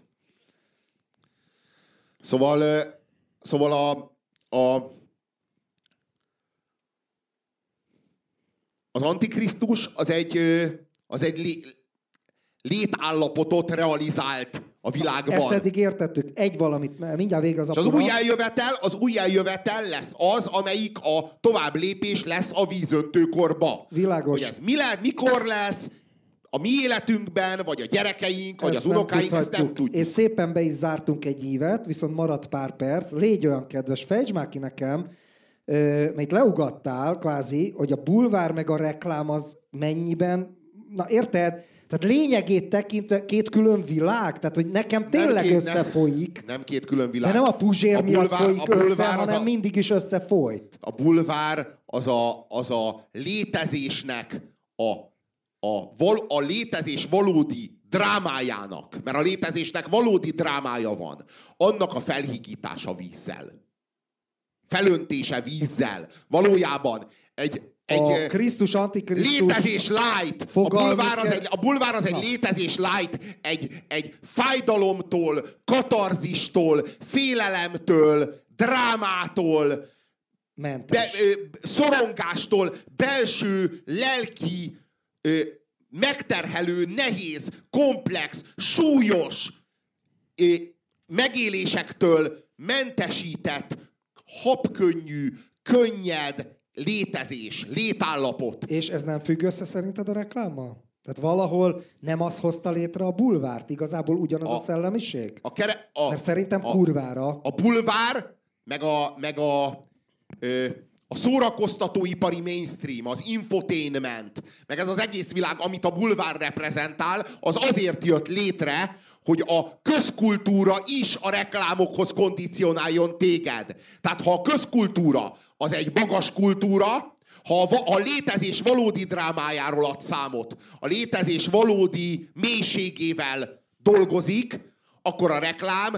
Szóval, szóval a, a, az Antikrisztus az egy, az egy lé, létállapotot realizált a világban. Ezt eddig értettük. Egy valamit, mindjárt vége az És az új eljövetel, az új eljövetel lesz az, amelyik a tovább lépés lesz a vízöntőkorba. Világos. Hogy ez mi le, mikor lesz, a mi életünkben, vagy a gyerekeink, vagy ezt az unokáink, ezt nem tudjuk. És szépen be is zártunk egy ívet, viszont maradt pár perc. Légy olyan kedves, fejtsd már ki nekem, mert leugattál kvázi, hogy a bulvár meg a reklám az mennyiben, na érted? Tehát lényegét tekintve két külön világ? Tehát, hogy nekem tényleg nem két, összefolyik. Nem, nem két külön világ. De nem a puzsér a miatt bulvár, folyik a össze, hanem a, mindig is összefolyt. A bulvár az a, az a létezésnek a A, val, a létezés valódi drámájának, mert a létezésnek valódi drámája van, annak a felhigítása vízzel. Felöntése vízzel. Valójában egy, egy a Krisztus, Antikrisztus létezés light. A bulvár az egy, a bulvár az egy létezés light, egy, egy fájdalomtól, katarzistól, félelemtől, drámától, be, ö, szorongástól, belső, lelki, Ö, megterhelő, nehéz, komplex, súlyos ö, megélésektől mentesített, habkönnyű, könnyed létezés, létállapot. És ez nem függ össze szerinted a reklámmal? Tehát valahol nem az hozta létre a bulvárt, igazából ugyanaz a, a szellemiség? A kere, a, Mert szerintem a, kurvára. A bulvár, meg a, meg a, ö, a szórakoztatóipari mainstream, az infotainment, meg ez az egész világ, amit a bulvár reprezentál, az azért jött létre, hogy a közkultúra is a reklámokhoz kondicionáljon téged. Tehát ha a közkultúra az egy magas kultúra, ha a, a létezés valódi drámájáról ad számot, a létezés valódi mélységével dolgozik, akkor a reklám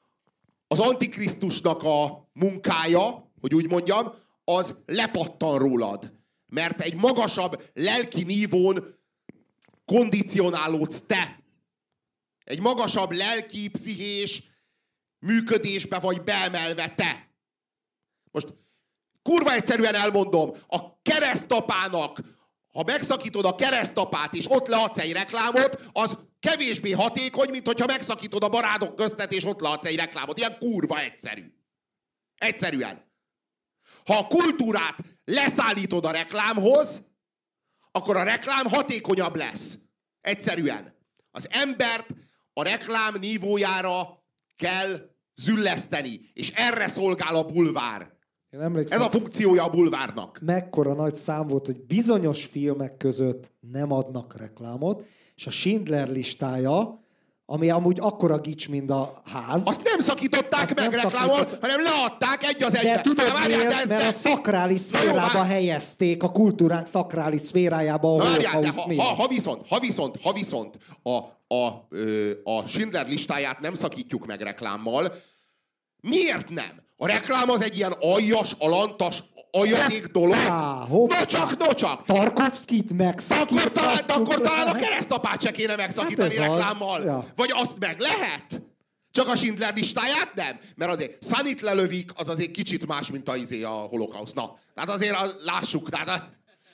az Antikrisztusnak a munkája, hogy úgy mondjam, az lepattan rólad. Mert egy magasabb lelki nívón kondicionálódsz te. Egy magasabb lelki, pszichés működésbe vagy beemelve te. Most kurva egyszerűen elmondom, a keresztapának, ha megszakítod a keresztapát és ott leadsz egy reklámot, az kevésbé hatékony, mint hogyha megszakítod a barátok köztet és ott leadsz egy reklámot. Ilyen kurva egyszerű. Egyszerűen. Ha a kultúrát leszállítod a reklámhoz, akkor a reklám hatékonyabb lesz. Egyszerűen. Az embert a reklám nívójára kell zülleszteni, és erre szolgál a bulvár. Ez a funkciója a bulvárnak. Mekkora nagy szám volt, hogy bizonyos filmek között nem adnak reklámot, és a Schindler listája, ami amúgy akkora gics, mint a ház. Azt nem szakították azt meg nem reklámot, szakított... hanem leadták egy az egybe. De tudod miért? Mert a szakrális szférába jó, helyezték, a kultúránk szakrális szférájába, ahol várjál, ha, ha, ha viszont, ha viszont, ha viszont a, a, a Schindler listáját nem szakítjuk meg reklámmal, miért nem? A reklám az egy ilyen aljas, alantas, aljadék dolog. No csak, no csak! Tarkovszkit megszakítottuk. Akkor talán, akkor talán a keresztapát se kéne megszakítani hát reklámmal. Az, ja. Vagy azt meg lehet? Csak a Schindler listáját nem? Mert azért Sunnyt lelövik, az azért kicsit más, mint a, izé, a holokauszt. Na, tehát azért a, lássuk. Tehát a,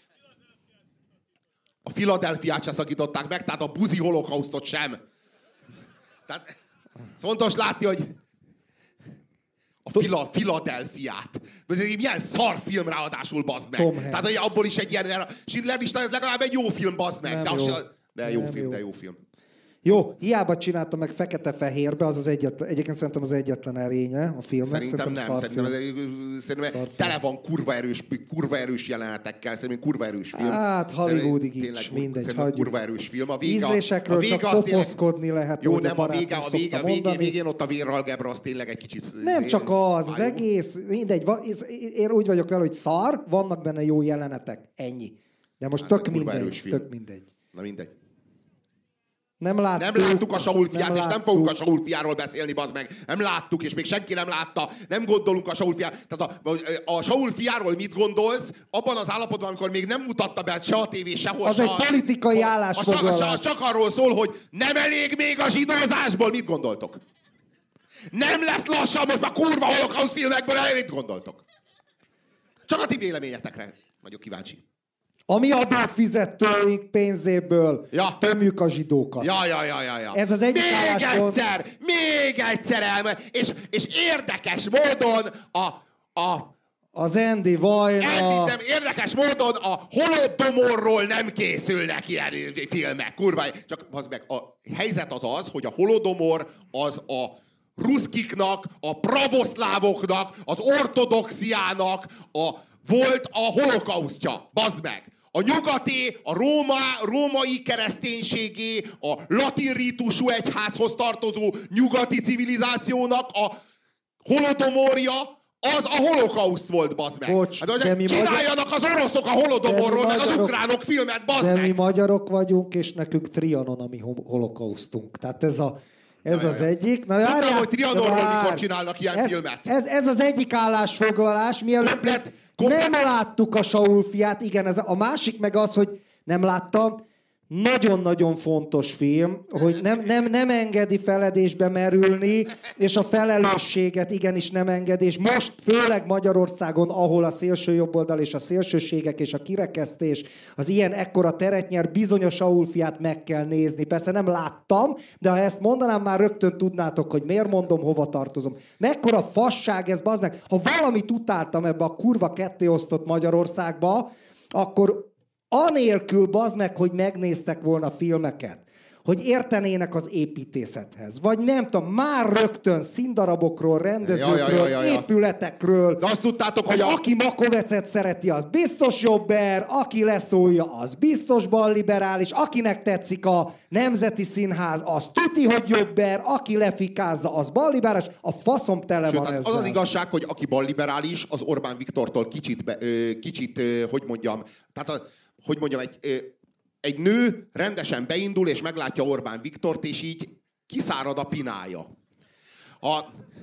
a Philadelphiát se szakították meg, tehát a buzi holokausztot sem. Tehát fontos látni, hogy a Fila, Philadelphiát. Ez egy milyen szar film ráadásul, bazd meg. Tehát hogy abból is egy ilyen, mert a Schindler lista, ez legalább egy jó film, bazd meg. De, jó. Az, de jó Nem film, jó. de jó film. Jó, hiába csinálta meg fekete-fehérbe, az az egyetlen, egyébként szerintem az egyetlen erénye a filmnek. Szerintem, szerintem nem, szerintem, ez, szerintem tele van kurva erős, kurva erős jelenetekkel, szerintem kurva erős film. Hát Hollywoodig is, mindegy. Szerintem kurva erős film. A vége, ízlésekről a vége csak pofoszkodni lehet. Jó, nem, a vége, a vége, végén, végén ott a vérralgebra az tényleg egy kicsit... Nem csak az, az egész, mindegy, én úgy vagyok vele, hogy szar, vannak benne jó jelenetek, ennyi. De most tök mindegy, tök mindegy. Na mindegy. Nem láttuk, nem láttuk a Saul fiát, és nem fogunk a Saul fiáról beszélni, bazd meg. Nem láttuk, és még senki nem látta. Nem gondolunk a Saul fiáról. Tehát a, a Saul fiáról mit gondolsz? Abban az állapotban, amikor még nem mutatta be se a tévé, sehol. Az egy politikai állásfoglalás. Az, az csak arról szól, hogy nem elég még a zsidózásból. Mit gondoltok? Nem lesz lassan most már kurva holokauszt filmekből, mit gondoltok? Csak a ti véleményetekre vagyok kíváncsi. A mi adófizetőink pénzéből ja. tömjük a zsidókat. Ja, ja, ja, ja, ja. Ez az egyik még álláspont... egyszer, még egyszer elme... és, és érdekes módon a... a az Andy Vajna... Andy, nem, érdekes módon a Holodomorról nem készülnek ilyen filmek. Kurva, csak az meg, a helyzet az az, hogy a Holodomor az a ruszkiknak, a pravoszlávoknak, az ortodoxiának a, volt a holokausztja. Bazd meg! A nyugati, a Róma, római kereszténységé, a latin rítusú egyházhoz tartozó nyugati civilizációnak a holodomorja, az a holokauszt volt, bazd meg. Bocs, hát, csináljanak magyar... az oroszok a holodomorról, meg magyarok... az ukránok filmet, bazd de meg. mi magyarok vagyunk, és nekünk Trianon a mi holokausztunk. Tehát ez a... Ez ja, az ja. egyik. Na, Tudtam, járjál, hogy Trianonról mikor csinálnak ilyen ez, filmet. Ez, ez az egyik állásfoglalás, mielőtt komplet, komplet. nem láttuk a Saul fiát. Igen, ez a, a másik meg az, hogy nem láttam. Nagyon-nagyon fontos film, hogy nem, nem, nem engedi feledésbe merülni, és a felelősséget igenis nem engedi, és most főleg Magyarországon, ahol a szélső jobboldal és a szélsőségek és a kirekesztés az ilyen ekkora teret nyer, bizonyos Saul fiát meg kell nézni. Persze nem láttam, de ha ezt mondanám, már rögtön tudnátok, hogy miért mondom, hova tartozom. Mekkora fasság ez, bazd meg. Ha valamit utáltam ebbe a kurva kettéosztott Magyarországba, akkor Anélkül, bazd meg, hogy megnéztek volna filmeket, hogy értenének az építészethez. Vagy nem tudom, már rögtön színdarabokról, rendezőkről, ja, ja, ja, ja. épületekről. De azt tudtátok, hogy a... Aki Makovecet szereti, az biztos jobber, aki leszólja, az biztos balliberális, akinek tetszik a Nemzeti Színház, az tuti, hogy jobber, aki lefikázza, az balliberális, a faszom tele Sőt, van ezzel. az az igazság, hogy aki balliberális, az Orbán Viktortól kicsit, be, ö, kicsit ö, hogy mondjam, tehát a, hogy mondjam, egy... Ö, Egy nő rendesen beindul, és meglátja Orbán Viktort, és így kiszárad a pinája. A,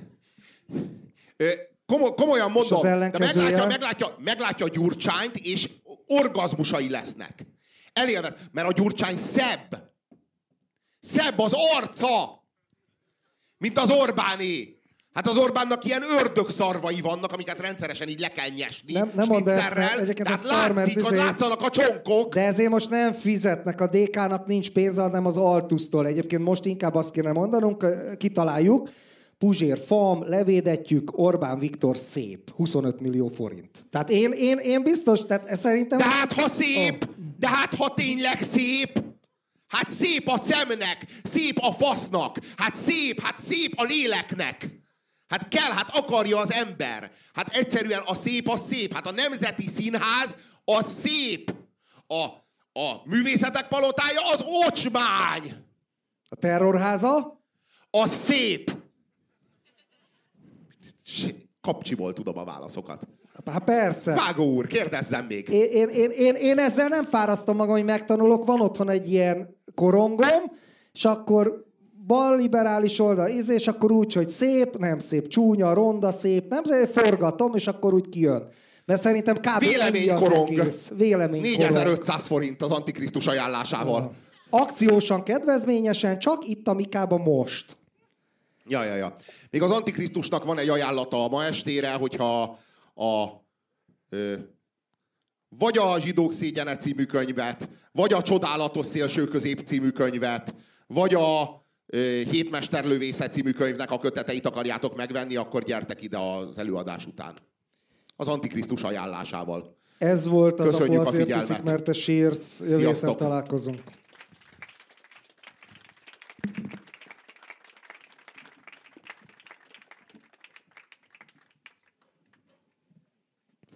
komoly, komolyan mondom, de meglátja, meglátja, meglátja a Gyurcsányt, és orgazmusai lesznek. Elélvez, mert a Gyurcsány szebb. Szebb az arca, mint az Orbáné. Hát az Orbánnak ilyen ördögszarvai vannak, amiket rendszeresen így le kell nyesni. Nem, nem mondd ezt, tehát látszik, hogy látszanak a csonkok. De ezért most nem fizetnek, a dé ká-nak nincs pénze, hanem az Altusztól. Egyébként most inkább azt kéne mondanunk, kitaláljuk, Puzsér fam, levédetjük, Orbán Viktor szép. huszonöt millió forint. Tehát én, én, én biztos, tehát szerintem... De hát ha szép, oh. de hát ha tényleg szép, hát szép a szemnek, szép a fasznak, hát szép, hát szép a léleknek. Hát kell, hát akarja az ember. Hát egyszerűen a szép az szép. Hát a Nemzeti Színház az szép. A, a Művészetek Palotája az ocsmány. A Terrorháza? Az szép. Kapcsiból tudom a válaszokat. Hát persze. Vágó úr, kérdezzem még. Én, én, én, én, én ezzel nem fárasztom magam, hogy megtanulok. Van otthon egy ilyen korongom, és akkor... balliberális oldal, és akkor úgy, hogy szép, nem szép, csúnya, ronda, szép, nem szép, forgatom, és akkor úgy kijön. Mert szerintem kb. Véleménykorong. Véleménykorong. négyezer-ötszáz forint az Antikrisztus ajánlásával. Akciósan, kedvezményesen, csak itt a Mikában most. Ja, ja, ja. Még az Antikrisztusnak van egy ajánlata a ma estére, hogyha a... Ö, vagy a Zsidók szégyene című könyvet, vagy a Csodálatos szélsőközép című könyvet, vagy a Hétmesterlövésze című könyvnek a köteteit akarjátok megvenni, akkor gyertek ide az előadás után. Az Antikrisztus ajánlásával. Ez volt az, Köszönjük a, a figyelmet. Hiszik, mert te sírsz, jövő héten találkozunk.